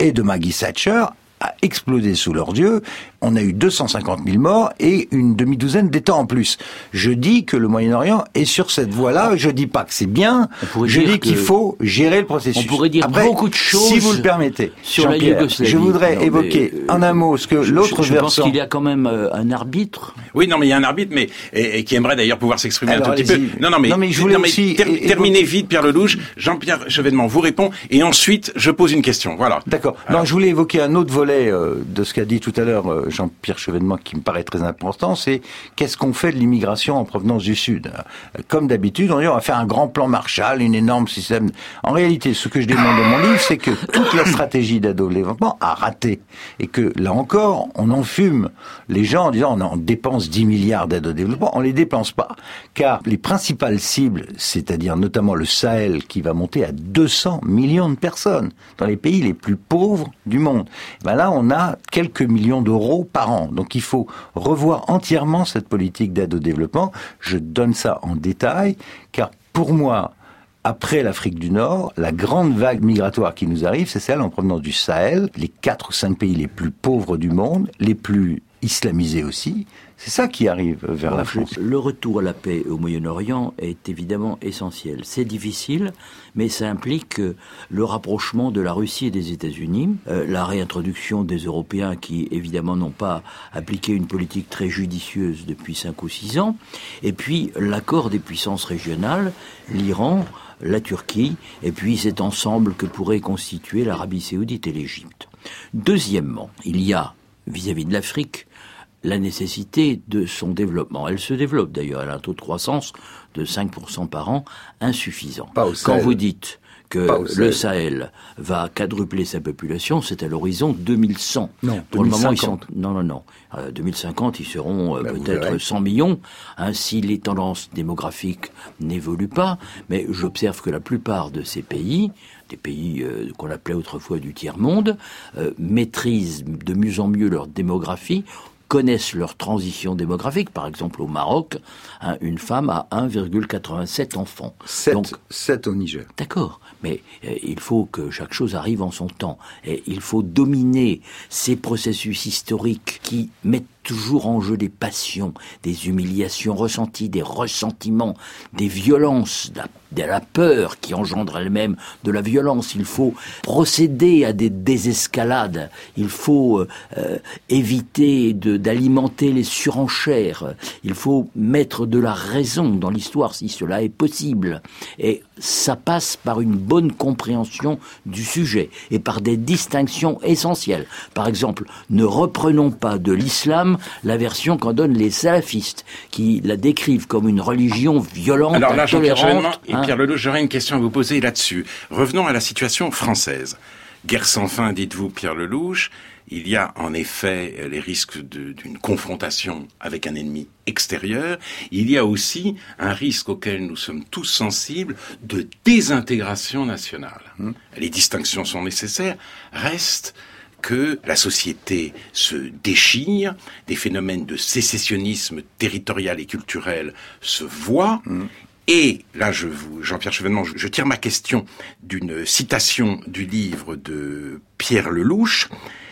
et de Maggie Thatcher a explosé sous leurs yeux. On a eu deux cent cinquante mille morts et une demi-douzaine d'États en plus. Je dis que le Moyen-Orient est sur cette voie-là. Je dis pas que c'est bien. Je dis qu'il faut gérer le processus. On pourrait dire Après, beaucoup de choses. Si vous le permettez, sur la Yougoslavie. Je voudrais non, évoquer mais, en un mot ce que je, l'autre je, versant. Je pense qu'il y a quand même euh, un arbitre. Oui, non, mais il y a un arbitre, mais et, et qui aimerait d'ailleurs pouvoir s'exprimer Alors, un tout petit peu. Non, non, mais, non, mais je voulais non, mais aussi ter, terminer vite, Pierre Lelouch. Jean-Pierre Chevènement vous répond, et ensuite je pose une question. Voilà. D'accord. Non, je voulais évoquer un autre volet euh, de ce qu'a dit tout à l'heure euh, Jean-Pierre Chevènement, qui me paraît très important, c'est qu'est-ce qu'on fait de l'immigration en provenance du Sud. Comme d'habitude, on dit on va faire un grand plan Marshall, une énorme système. En réalité, ce que je demande dans mon livre, c'est que toute la stratégie d'aide au développement a raté. Et que, là encore, on enfume les gens en disant on, on dépense dix milliards d'aide au développement. On les dépense pas. Car les principales cibles, c'est-à-dire notamment le Sahel, qui va monter à deux cents millions de personnes, dans les pays les plus pauvres du monde. Ben là, on a quelques millions d'euros par an. Donc il faut revoir entièrement cette politique d'aide au développement. Je donne ça en détail, car pour moi, après l'Afrique du Nord, la grande vague migratoire qui nous arrive, c'est celle en provenance du Sahel, les quatre ou cinq pays les plus pauvres du monde, les plus islamisés aussi. C'est ça qui arrive vers la France. Le retour à la paix au Moyen-Orient est évidemment essentiel. C'est difficile, mais ça implique le rapprochement de la Russie et des États-Unis, euh, la réintroduction des Européens qui, évidemment, n'ont pas appliqué une politique très judicieuse depuis cinq ou six ans, et puis l'accord des puissances régionales, l'Iran, la Turquie, et puis cet ensemble que pourrait constituer l'Arabie Saoudite et l'Égypte. Deuxièmement, il y a, vis-à-vis de l'Afrique, la nécessité de son développement. Elle se développe d'ailleurs, elle a un taux de croissance de cinq pour cent par an, insuffisant. Pas au Sahel. Quand vous dites que le Sahel va quadrupler sa population, c'est à l'horizon deux mille cent. Non, pour le moment, ils sont non, non, non. Euh, deux mille cinquante, ils seront euh, ben peut-être cent millions, hein, si les tendances démographiques n'évoluent pas. Mais j'observe que la plupart de ces pays, des pays euh, qu'on appelait autrefois du tiers-monde, euh, maîtrisent de mieux en mieux leur démographie, connaissent leur transition démographique. Par exemple, au Maroc, hein, une femme a un virgule quatre-vingt-sept enfants. sept, Donc, sept au Niger. D'accord, mais euh, il faut que chaque chose arrive en son temps. Et il faut dominer ces processus historiques qui mettent toujours en jeu des passions, des humiliations ressenties, des ressentiments, des violences, de la, de la peur qui engendre elle-même de la violence. Il faut procéder à des désescalades. Il faut euh, éviter de, d'alimenter les surenchères. Il faut mettre de la raison dans l'histoire si cela est possible. Et ça passe par une bonne compréhension du sujet et par des distinctions essentielles. Par exemple, ne reprenons pas de l'islam la version qu'en donnent les salafistes, qui la décrivent comme une religion violente, Alors là, Jean-Pierre Chevènement et hein. Pierre Lelouch, j'aurais une question à vous poser là-dessus. Revenons à la situation française. Guerre sans fin, dites-vous, Pierre Lelouch. Il y a en effet les risques de, d'une confrontation avec un ennemi extérieur. Il y a aussi un risque auquel nous sommes tous sensibles de désintégration nationale. Hum. Les distinctions sont nécessaires. Reste que la société se déchire, des phénomènes de sécessionnisme territorial et culturel se voient. Mmh. Et là, je vous, Jean-Pierre Chevènement, je, je tire ma question d'une citation du livre de Pierre Lelouch.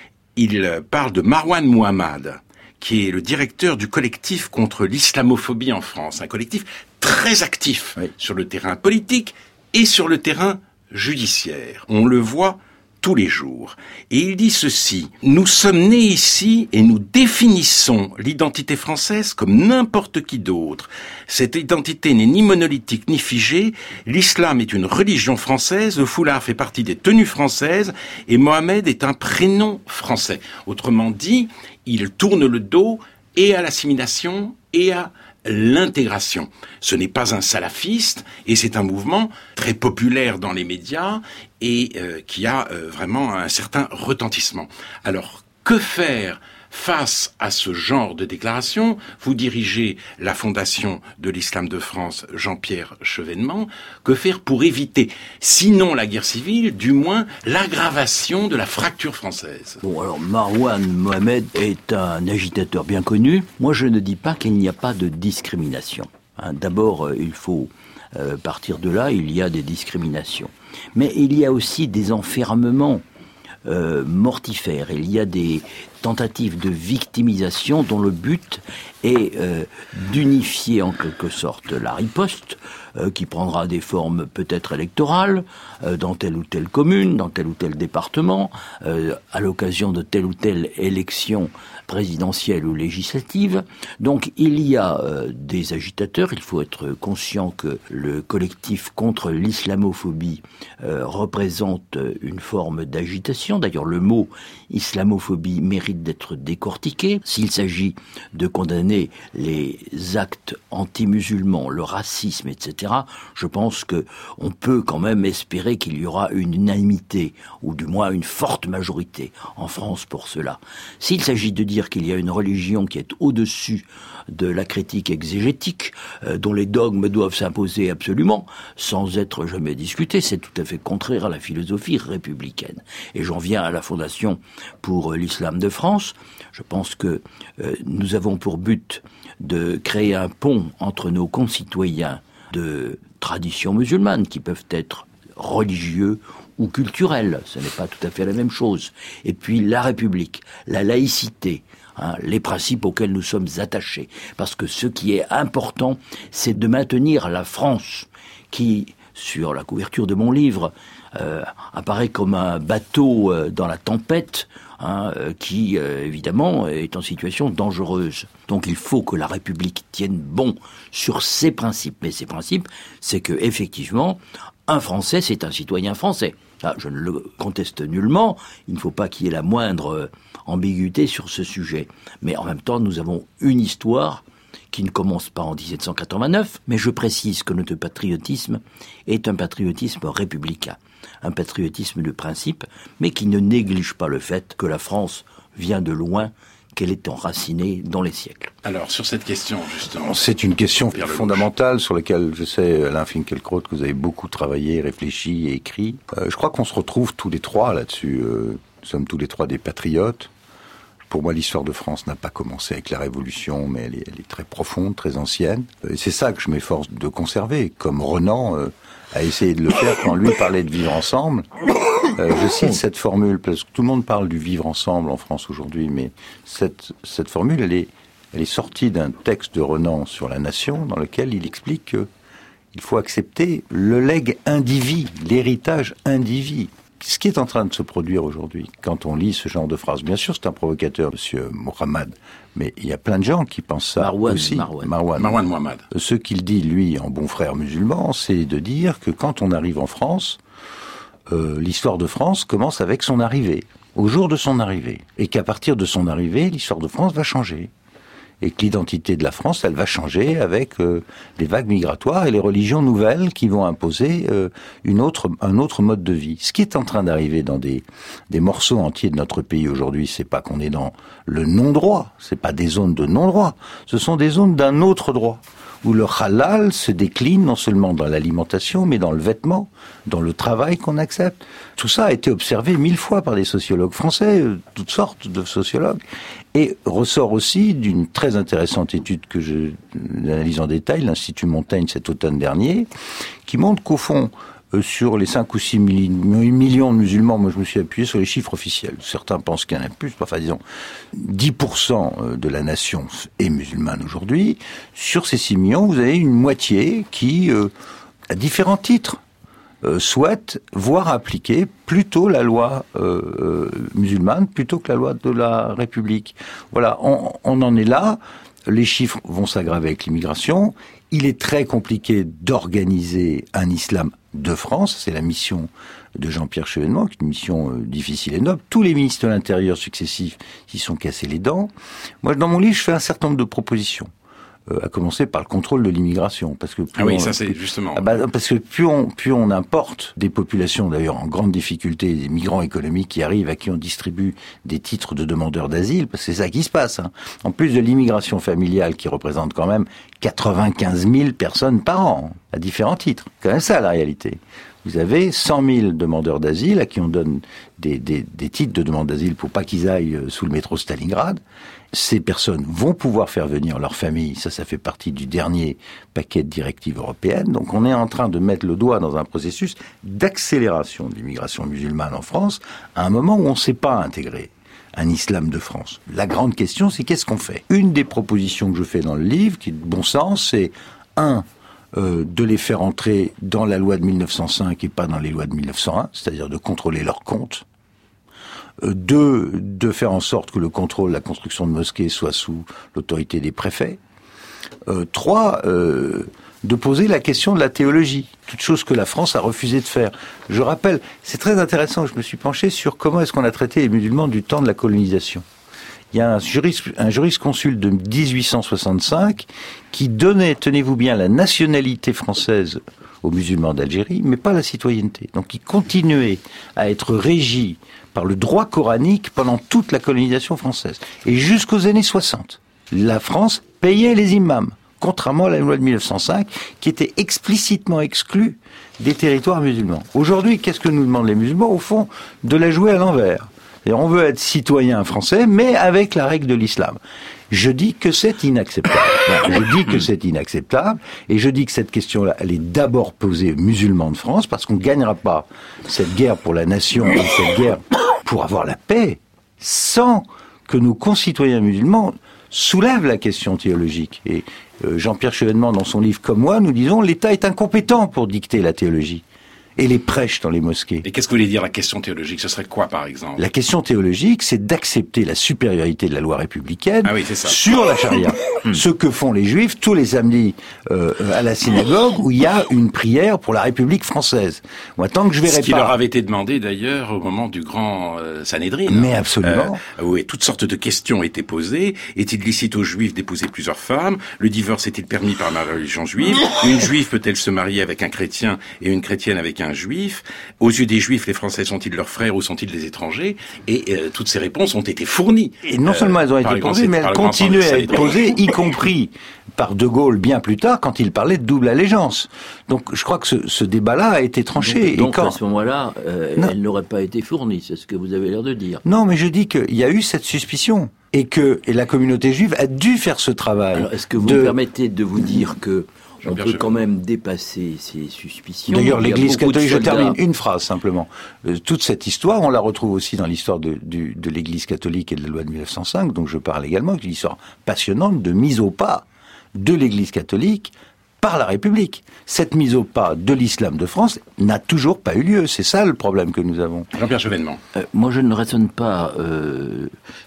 Il parle de Marwan Mohammad, qui est le directeur du collectif contre l'islamophobie en France, un collectif très actif oui. sur le terrain politique et sur le terrain judiciaire. On le voit tous les jours. Et il dit ceci: nous sommes nés ici et nous définissons l'identité française comme n'importe qui d'autre. Cette identité n'est ni monolithique ni figée. L'islam est une religion française, le foulard fait partie des tenues françaises et Mohamed est un prénom français. Autrement dit, il tourne le dos et à l'assimilation et à l'intégration. Ce n'est pas un salafiste et c'est un mouvement très populaire dans les médias et euh, qui a euh, vraiment un certain retentissement. Alors, que faire face à ce genre de déclaration? Vous dirigez la Fondation de l'Islam de France, Jean-Pierre Chevènement. Que faire pour éviter, sinon la guerre civile, du moins l'aggravation de la fracture française? Bon, alors Marwan Mohamed est un agitateur bien connu. Moi, je ne dis pas qu'il n'y a pas de discrimination. Hein, d'abord, euh, il faut euh, partir de là, il y a des discriminations. Mais il y a aussi des enfermements euh, mortifères. Il y a des tentatives de victimisation dont le but est euh, d'unifier en quelque sorte la riposte, euh, qui prendra des formes peut-être électorales, euh, dans telle ou telle commune, dans tel ou tel département, euh, à l'occasion de telle ou telle élection présidentielle ou législative. Donc il y a euh, des agitateurs, il faut être conscient que le collectif contre l'islamophobie euh, représente une forme d'agitation. D'ailleurs le mot islamophobie mérite d'être décortiqué. S'il s'agit de condamner les actes anti-musulmans, le racisme, et cetera, je pense que on peut quand même espérer qu'il y aura une unanimité, ou du moins une forte majorité en France pour cela. S'il s'agit de dire qu'il y a une religion qui est au-dessus de la critique exégétique, euh, dont les dogmes doivent s'imposer absolument, sans être jamais discutés, c'est tout à fait contraire à la philosophie républicaine. Et j'en viens à la Fondation pour l'Islam de France. Je pense que euh, nous avons pour but de créer un pont entre nos concitoyens de tradition musulmane, qui peuvent être religieux ou culturels, ce n'est pas tout à fait la même chose, et puis la République, la laïcité, hein, les principes auxquels nous sommes attachés. Parce que ce qui est important, c'est de maintenir la France, qui, sur la couverture de mon livre, euh, apparaît comme un bateau euh, dans la tempête, hein, euh, qui, euh, évidemment, est en situation dangereuse. Donc il faut que la République tienne bon sur ses principes. Mais ces principes, c'est que, effectivement, un Français, c'est un citoyen français. Ah, je ne le conteste nullement, il ne faut pas qu'il y ait la moindre euh, ambiguïté sur ce sujet. Mais en même temps, nous avons une histoire qui ne commence pas en dix-sept cent quatre-vingt-neuf, mais je précise que notre patriotisme est un patriotisme républicain, un patriotisme de principe, mais qui ne néglige pas le fait que la France vient de loin, qu'elle est enracinée dans les siècles. Alors, sur cette question, justement... C'est une question fondamentale sur laquelle, je sais, Alain Finkielkraut, que vous avez beaucoup travaillé, réfléchi et écrit. Euh, je crois qu'on se retrouve tous les trois là-dessus. Euh, nous sommes tous les trois des patriotes. Pour moi, l'histoire de France n'a pas commencé avec la Révolution, mais elle est, elle est très profonde, très ancienne. Et c'est ça que je m'efforce de conserver, comme Renan euh, a essayé de le faire quand lui parlait de vivre ensemble. Euh, je cite cette formule, parce que tout le monde parle du vivre ensemble en France aujourd'hui, mais cette, cette formule, elle est, elle est sortie d'un texte de Renan sur la nation, dans lequel il explique que il faut accepter le legs indivis, l'héritage indivis. Ce qui est en train de se produire aujourd'hui, quand on lit ce genre de phrases, bien sûr c'est un provocateur, monsieur Mohamed, mais il y a plein de gens qui pensent ça Marwan, aussi. Marwan. Marwan. Marwan Mohamed. Ce qu'il dit, lui, en bon frère musulman, c'est de dire que quand on arrive en France, euh, l'histoire de France commence avec son arrivée, au jour de son arrivée, et qu'à partir de son arrivée, l'histoire de France va changer. Et que l'identité de la France, elle va changer avec euh, les vagues migratoires et les religions nouvelles qui vont imposer euh, une autre, un autre mode de vie. Ce qui est en train d'arriver dans des, des morceaux entiers de notre pays aujourd'hui, c'est pas qu'on est dans le non-droit, c'est pas des zones de non-droit, ce sont des zones d'un autre droit, où le halal se décline non seulement dans l'alimentation, mais dans le vêtement, dans le travail qu'on accepte. Tout ça a été observé mille fois par des sociologues français, toutes sortes de sociologues, et ressort aussi d'une très intéressante étude que je analyse en détail, l'Institut Montaigne cet automne dernier, qui montre qu'au fond, euh, sur les cinq ou six millions de musulmans, moi je me suis appuyé sur les chiffres officiels. Certains pensent qu'il y en a plus, enfin disons, dix pour cent de la nation est musulmane aujourd'hui. Sur ces six millions, vous avez une moitié qui, euh, à différents titres, Euh, souhaite voir appliquer plutôt la loi euh, euh, musulmane plutôt que la loi de la République. Voilà, on, on en est là. Les chiffres vont s'aggraver avec l'immigration. Il est très compliqué d'organiser un islam de France. C'est la mission de Jean-Pierre Chevènement, qui est une mission euh, difficile et noble. Tous les ministres de l'Intérieur successifs s'y sont cassés les dents. Moi, dans mon livre, je fais un certain nombre de propositions. Euh, à commencer par le contrôle de l'immigration, parce que plus ah oui, on, ça c'est justement. Ah bah, parce que plus on plus on importe des populations d'ailleurs en grande difficulté, des migrants économiques qui arrivent à qui on distribue des titres de demandeurs d'asile, parce que c'est ça qui se passe. Hein. En plus de l'immigration familiale qui représente quand même quatre-vingt-quinze mille personnes par an à différents titres. C'est quand même ça la réalité. vous avez cent mille demandeurs d'asile à qui on donne des, des, des titres de demande d'asile pour pas qu'ils aillent sous le métro Stalingrad. Ces personnes vont pouvoir faire venir leur famille. Ça, ça fait partie du dernier paquet de directives européennes. Donc on est en train de mettre le doigt dans un processus d'accélération de l'immigration musulmane en France à un moment où on ne sait pas intégrer un islam de France. La grande question, c'est qu'est-ce qu'on fait? Une des propositions que je fais dans le livre, qui est de bon sens, c'est un, euh, de les faire entrer dans la loi de mille neuf cent cinq et pas dans les lois de mille neuf cent un, c'est-à-dire de contrôler leurs comptes. Euh, deux, de faire en sorte que le contrôle, la construction de mosquées soit sous l'autorité des préfets. Euh, trois, euh, de poser la question de la théologie, toute chose que la France a refusé de faire. Je rappelle, c'est très intéressant, je me suis penché sur comment est-ce qu'on a traité les musulmans du temps de la colonisation. Il y a un, juris, un jurisconsulte de dix-huit cent soixante-cinq qui donnait, tenez-vous bien, la nationalité française aux musulmans d'Algérie, mais pas la citoyenneté. Donc il continuait à être régi par le droit coranique pendant toute la colonisation française. Et jusqu'aux années soixante, la France payait les imams, contrairement à la loi de mille neuf cent cinq, qui était explicitement exclue des territoires musulmans. Aujourd'hui, qu'est-ce que nous demandent les musulmans? Au fond, de la jouer à l'envers. C'est-à-dire, on veut être citoyen français, mais avec la règle de l'islam. Je dis que c'est inacceptable. Je dis que c'est inacceptable, et je dis que cette question-là, elle est d'abord posée aux musulmans de France, parce qu'on ne gagnera pas cette guerre pour la nation, et cette guerre pour avoir la paix, sans que nos concitoyens musulmans soulèvent la question théologique. Et euh, Jean-Pierre Chevènement, dans son livre Comme moi, nous disons l'État est incompétent pour dicter la théologie et les prêches dans les mosquées. Et qu'est-ce que vous voulez dire la question théologique? Ce serait quoi, par exemple? La question théologique, c'est d'accepter la supériorité de la loi républicaine ah oui, c'est ça. sur la charia. Ce que font les juifs tous les samedis euh, à la synagogue où il y a une prière pour la République française. Moi, tant que je verrai pas... Ce qui leur avait été demandé d'ailleurs au moment du grand euh, Sanhédrin. Mais absolument. Euh, où toutes sortes de questions étaient posées. Est-il licite aux juifs d'épouser plusieurs femmes? Le divorce est-il permis par la religion juive? Une juive peut-elle se marier avec un chrétien et une chrétienne avec un juif? Aux yeux des juifs, les Français sont-ils leurs frères ou sont-ils des étrangers? Et euh, toutes ces réponses ont été fournies. Et non seulement elles ont été posées, mais elles continuent à être posées, y compris par De Gaulle bien plus tard quand il parlait de double allégeance. Donc je crois que ce, ce débat-là a été tranché. Donc, donc et quand... à ce moment-là, euh, elle n'aurait pas été fournie, c'est ce que vous avez l'air de dire. Non, mais je dis qu'il y a eu cette suspicion et que et la communauté juive a dû faire ce travail. Alors est-ce que vous de... me permettez de vous dire que on peut quand même dépasser ces suspicions? D'ailleurs, l'Église catholique, je termine une phrase simplement. Euh, toute cette histoire, on la retrouve aussi dans l'histoire de, du, de l'Église catholique et de la loi de mille neuf cent cinq, dont je parle également, qui est une histoire passionnante de mise au pas de l'Église catholique par la République. Cette mise au pas de l'islam de France n'a toujours pas eu lieu. C'est ça le problème que nous avons. Jean-Pierre Chevènement. Euh, moi, je ne raisonne pas euh,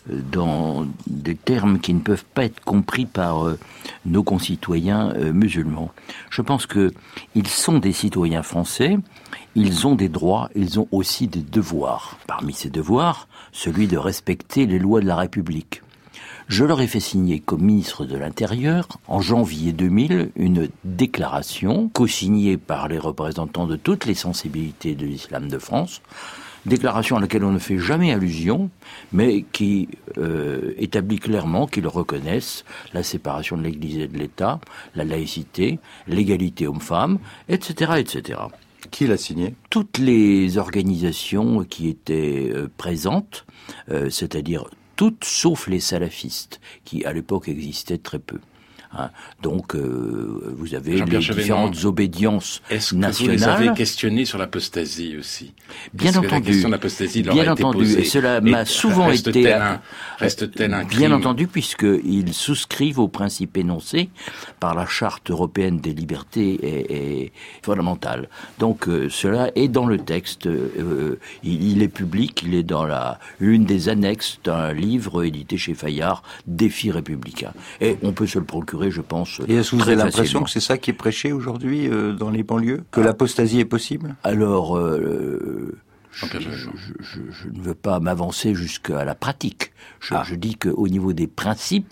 dans des termes qui ne peuvent pas être compris par euh, nos concitoyens euh, musulmans. Je pense que ils sont des citoyens français, ils ont des droits, ils ont aussi des devoirs. Parmi ces devoirs, celui de respecter les lois de la République. Je leur ai fait signer comme ministre de l'Intérieur, en janvier deux mille, une déclaration co-signée par les représentants de toutes les sensibilités de l'islam de France, déclaration à laquelle on ne fait jamais allusion, mais qui euh, établit clairement qu'ils reconnaissent la séparation de l'Église et de l'État, la laïcité, l'égalité homme-femme, et cetera, et cetera. Qui l'a signé? Toutes les organisations qui étaient euh, présentes, euh, c'est-à-dire toutes sauf les salafistes, qui à l'époque existaient très peu. Hein. Donc, euh, vous avez les différentes obédiences Est-ce nationales. Est-ce que vous les avez questionnés sur l'apostasie aussi? Bien Est-ce entendu. Que la question de l'apostasie leur bien a été entendu. posée. Et cela m'a souvent été... Un, reste-t-elle un crime? Bien entendu, puisqu'ils souscrivent aux principes énoncés par la Charte européenne des libertés et, et fondamentales. Donc, euh, cela est dans le texte. Euh, il, il est public, il est dans la une des annexes d'un livre édité chez Fayard, Défi républicain. Et on peut se le procurer, je pense. Et est-ce que vous avez l'impression facilement. que c'est ça qui est prêché aujourd'hui euh, dans les banlieues? Que ah. l'apostasie est possible? Alors, euh, je, je, je, je, je ne veux pas m'avancer jusqu'à la pratique. Je, ah. je dis qu'au niveau des principes,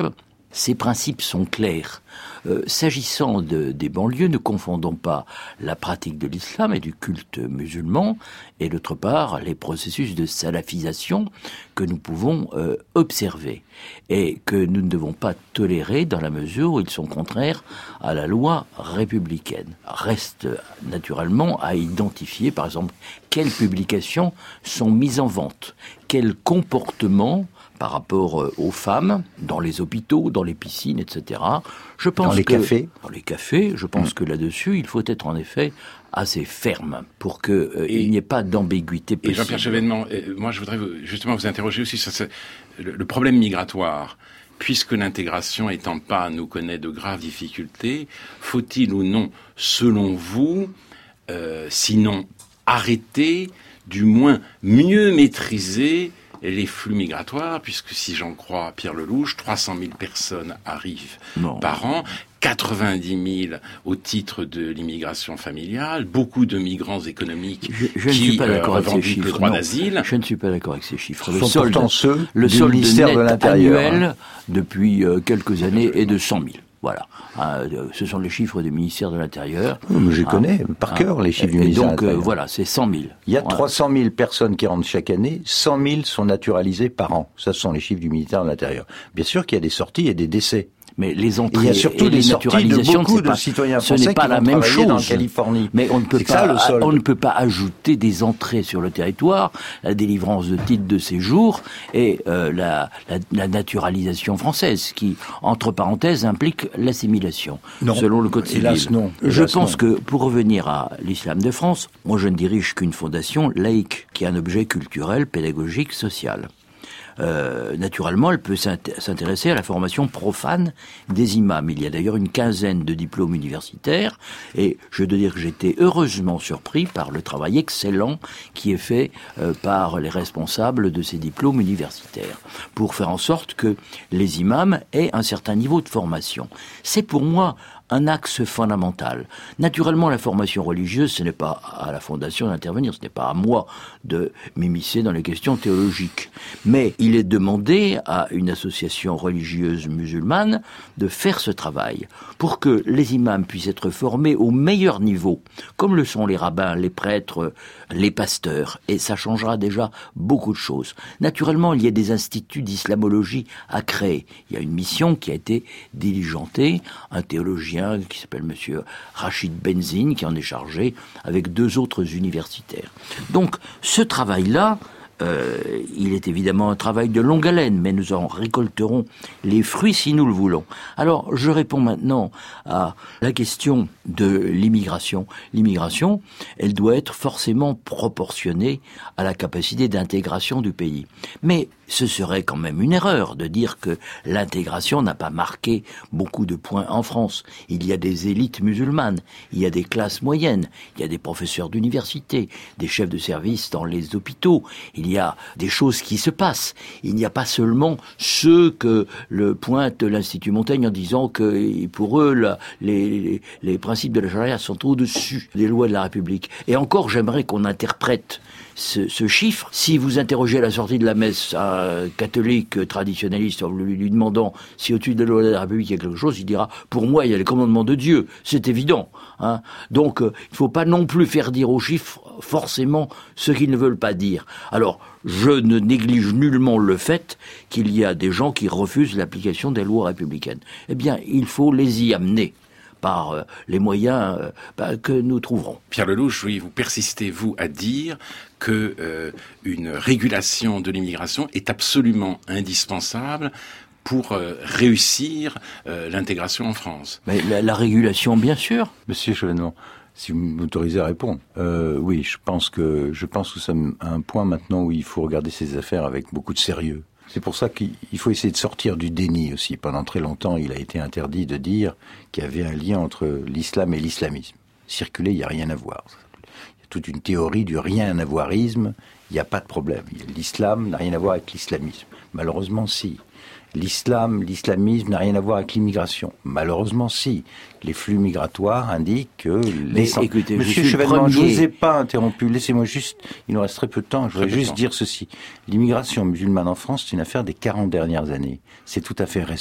Ces principes sont clairs. Euh, s'agissant de, des banlieues, ne confondons pas la pratique de l'islam et du culte musulman, et d'autre part les processus de salafisation que nous pouvons euh, observer et que nous ne devons pas tolérer dans la mesure où ils sont contraires à la loi républicaine. Reste naturellement à identifier, par exemple, quelles publications sont mises en vente, quels comportements par rapport aux femmes, dans les hôpitaux, dans les piscines, et cetera. Je pense dans les que, cafés Dans les cafés, je pense mmh. que là-dessus, il faut être en effet assez ferme pour qu'il euh, n'y ait pas d'ambiguïté possible. Et Jean-Pierre Chevènement, moi je voudrais justement vous interroger aussi sur ce, le, le problème migratoire. Puisque l'intégration est en panne ou connaît de graves difficultés, faut-il ou non, selon vous, euh, sinon arrêter, du moins mieux maîtriser les flux migratoires, puisque si j'en crois Pierre Lelouch, trois cent mille personnes arrivent non. par an, quatre-vingt-dix mille au titre de l'immigration familiale, beaucoup de migrants économiques je, je qui ne suis pas d'accord euh, avec ces chiffres. le droit non, d'asile. Je ne suis pas d'accord avec ces chiffres. Le solde, ceux le solde ministère net de l'Intérieur, annuel hein. depuis euh, quelques années est de cent mille. Voilà, hein, ce sont les chiffres du ministère de l'Intérieur. Mais je connais hein, par cœur hein, les chiffres du ministère de l'Intérieur. Et donc euh, voilà, c'est cent mille. Il y a voilà. trois cent mille personnes qui rentrent chaque année, cent mille sont naturalisées par an. Ça, ce sont les chiffres du ministère de l'Intérieur. Bien sûr qu'il y a des sorties et des décès. Mais les entrées il y a surtout et des les naturalisations de beaucoup de pas, citoyens ce français n'est pas qui la vont même travailler chose. en Californie. Mais on ne peut c'est pas, ça, on ne peut pas ajouter des entrées sur le territoire, la délivrance de titres de séjour et euh, la, la, la naturalisation française, qui entre parenthèses implique l'assimilation, non. selon le code civil. Hélas non. Hélas je pense non. que pour revenir à l'islam de France, moi je ne dirige qu'une fondation laïque qui a un objet culturel, pédagogique, social. Euh, naturellement, elle peut s'intéresser à la formation profane des imams. Il y a d'ailleurs une quinzaine de diplômes universitaires et je dois dire que j'étais heureusement surpris par le travail excellent qui est fait euh, par les responsables de ces diplômes universitaires pour faire en sorte que les imams aient un certain niveau de formation. C'est pour moi un axe fondamental. Naturellement, la formation religieuse, ce n'est pas à la Fondation d'intervenir, ce n'est pas à moi de m'immiscer dans les questions théologiques. Mais il est demandé à une association religieuse musulmane de faire ce travail pour que les imams puissent être formés au meilleur niveau, comme le sont les rabbins, les prêtres, les pasteurs. Et ça changera déjà beaucoup de choses. Naturellement, il y a des instituts d'islamologie à créer. Il y a une mission qui a été diligentée, un théologien qui s'appelle monsieur Rachid Benzine, qui en est chargé, avec deux autres universitaires. Donc, ce travail-là, euh, il est évidemment un travail de longue haleine, mais nous en récolterons les fruits si nous le voulons. Alors, je réponds maintenant à la question de l'immigration. L'immigration, elle doit être forcément proportionnée à la capacité d'intégration du pays. Mais ce serait quand même une erreur de dire que l'intégration n'a pas marqué beaucoup de points en France. Il y a des élites musulmanes, il y a des classes moyennes, il y a des professeurs d'université, des chefs de service dans les hôpitaux, il y a des choses qui se passent. Il n'y a pas seulement ceux que le pointe l'Institut Montaigne en disant que pour eux, la, les, les, les principes de la charia sont au-dessus des lois de la République. Et encore, j'aimerais qu'on interprète Ce, ce chiffre. Si vous interrogez à la sortie de la messe un catholique traditionnaliste en lui, lui demandant si au-dessus de la loi de la République il y a quelque chose, il dira « pour moi il y a les commandements de Dieu ». C'est évident. Hein. Donc euh, il ne faut pas non plus faire dire aux chiffres forcément ce qu'ils ne veulent pas dire. Alors je ne néglige nullement le fait qu'il y a des gens qui refusent l'application des lois républicaines. Eh bien il faut les y amener par euh, les moyens euh, bah, que nous trouverons. Pierre Lelouch, oui, vous persistez, vous, à dire que euh, une régulation de l'immigration est absolument indispensable pour euh, réussir euh, l'intégration en France. Mais la, la régulation, bien sûr. Monsieur Chevènement, si vous m'autorisez à répondre, euh, oui, je pense que je pense que nous sommes à un point maintenant où il faut regarder ces affaires avec beaucoup de sérieux. C'est pour ça qu'il faut essayer de sortir du déni aussi. Pendant très longtemps, il a été interdit de dire qu'il y avait un lien entre l'islam et l'islamisme. Circuler, il n'y a rien à voir. Il y a toute une théorie du rien à voirisme, il n'y a pas de problème. L'islam n'a rien à voir avec l'islamisme. Malheureusement, si. L'islam, l'islamisme n'a rien à voir avec l'immigration. Malheureusement, si. Les flux migratoires indiquent que... Mais les... écoutez, Monsieur Chevènement, je ne vous ai pas interrompu. Laissez-moi juste... Il nous reste très peu de temps. Je voudrais juste dire ceci. L'immigration musulmane en France, c'est une affaire des quarante dernières années. C'est tout à fait récent.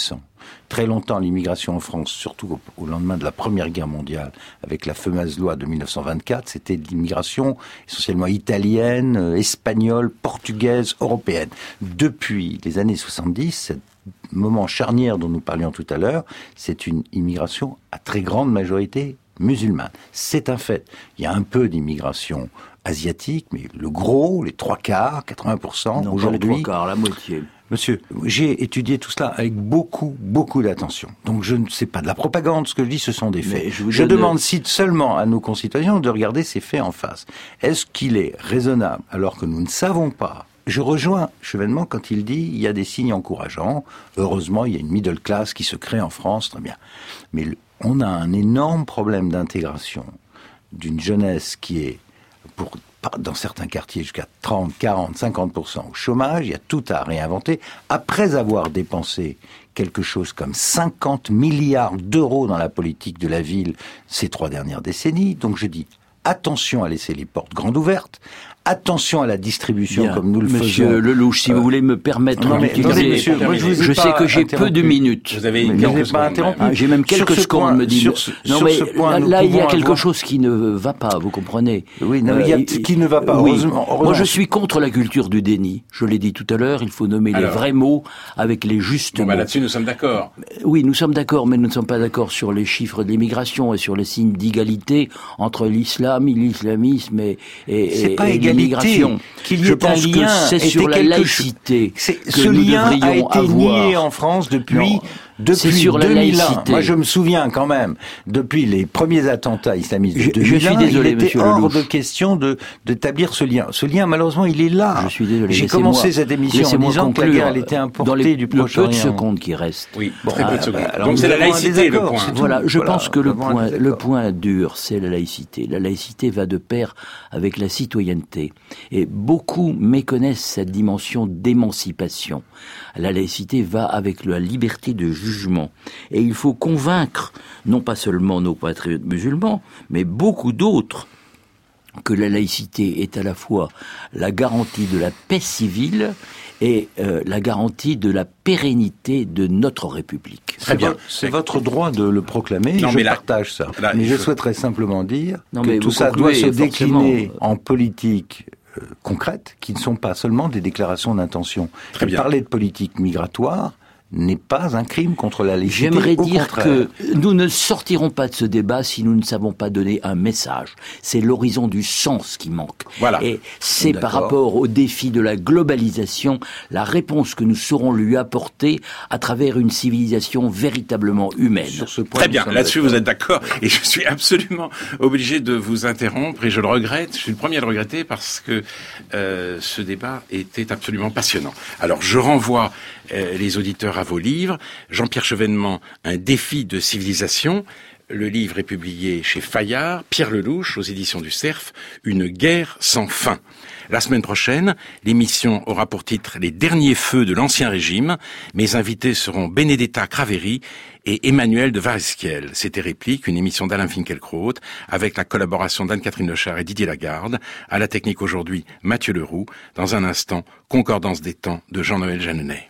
très longtemps l'immigration en France, surtout au, au lendemain de la Première Guerre mondiale, avec la fameuse loi de mille neuf cent vingt-quatre, c'était de l'immigration essentiellement italienne, euh, espagnole, portugaise, européenne. Depuis les années soixante-dix, cette moment charnière dont nous parlions tout à l'heure, c'est une immigration à très grande majorité musulmane. C'est un fait. Il y a un peu d'immigration asiatique, mais le gros, les trois quarts, quatre-vingts pour cent non, aujourd'hui. Les trois quarts, la moitié. Monsieur, j'ai étudié tout cela avec beaucoup, beaucoup d'attention. Donc je ne sais pas de la propagande, ce que je dis, ce sont des faits. Mais je je donne... demande si seulement à nos concitoyens de regarder ces faits en face. Est-ce qu'il est raisonnable, alors que nous ne savons pas? Je rejoins Chevènement quand il dit il y a des signes encourageants. Heureusement, il y a une middle class qui se crée en France, très bien. Mais le, on a un énorme problème d'intégration d'une jeunesse qui est, pour, dans certains quartiers, jusqu'à trente, quarante, cinquante pour cent au chômage. Il y a tout à réinventer. Après avoir dépensé quelque chose comme cinquante milliards d'euros dans la politique de la ville ces trois dernières décennies. Donc je dis, attention à laisser les portes grandes ouvertes. Attention à la distribution. Bien, comme nous le Monsieur faisons. Monsieur Lelouch, si euh, vous voulez me permettre non, mais, non, mais monsieur, moi, je, je sais que j'ai peu de minutes. Vous avez quelques pas interrompu. Ah, j'ai même quelques secondes, me dit. Sur ce, non, sur mais ce point, là, là il y a quelque avoir... chose qui ne va pas, vous comprenez. Oui, non, euh, il y a qui ne va pas. Oui. Heureusement, heureusement. Moi, je suis contre la culture du déni. Je l'ai dit tout à l'heure, il faut nommer Alors, les vrais mots avec les justes bon, mots. Bah, là-dessus, nous sommes d'accord. Oui, nous sommes d'accord, mais nous ne sommes pas d'accord sur les chiffres de l'immigration et sur les signes d'égalité entre l'islam, l'islamisme et, et, c'est et, pas et l'immigration. Qu'il y je ait pense un que lien c'est sur la laïcité c'est, que ce nous lien a été avoir. nié en France depuis non, depuis sur deux mille un. La laïcité. Moi, je me souviens quand même, depuis les premiers attentats islamistes de je, deux mille un, je suis désolé, il était monsieur hors Lelouch. de question de d'établir ce lien. Ce lien, malheureusement, il est là. Je suis désolé. J'ai commencé cette émission en disant conclure. que la guerre elle était importée dans les, du Proche-Orient. Le peu de secondes qui restent. Oui, bon, très peu de secondes. Alors, donc c'est la laïcité le point. Voilà, je voilà, pense que le point, le point dur, c'est la laïcité. La laïcité va de pair avec la citoyenneté. Et beaucoup méconnaissent cette dimension d'émancipation. La laïcité va avec la liberté de jugement. Et il faut convaincre, non pas seulement nos patriotes musulmans, mais beaucoup d'autres, que la laïcité est à la fois la garantie de la paix civile et euh, la garantie de la pérennité de notre République. Très bien. C'est votre droit de le proclamer, non, je mais là, partage ça. Là, mais je faut... souhaiterais simplement dire non, que tout ça doit se décliner en politique euh, concrète, qui ne sont pas seulement des déclarations d'intention. Très bien. Parler de politique migratoire n'est pas un crime contre la laïcité. J'aimerais au dire contraire. que nous ne sortirons pas de ce débat si nous ne savons pas donner un message. C'est l'horizon du sens qui manque. Voilà. Et c'est D'accord. par rapport au défi de la globalisation, la réponse que nous saurons lui apporter à travers une civilisation véritablement humaine. Sur ce point, très bien, là-dessus vous êtes d'accord. Et je suis absolument obligé de vous interrompre et je le regrette. Je suis le premier à le regretter parce que euh, ce débat était absolument passionnant. Alors je renvoie euh, les auditeurs à vos livres. Jean-Pierre Chevènement, Un défi de civilisation. Le livre est publié chez Fayard. Pierre Lelouch, aux éditions du Cerf, Une guerre sans fin. La semaine prochaine, l'émission aura pour titre Les derniers feux de l'Ancien Régime. Mes invités seront Benedetta Craveri et Emmanuel de Varesquiel. C'était Réplique, une émission d'Alain Finkielkraut, avec la collaboration d'Anne-Catherine Lechard et Didier Lagarde. À la technique aujourd'hui, Mathieu Leroux. Dans un instant, Concordance des temps de Jean-Noël Jeanneney.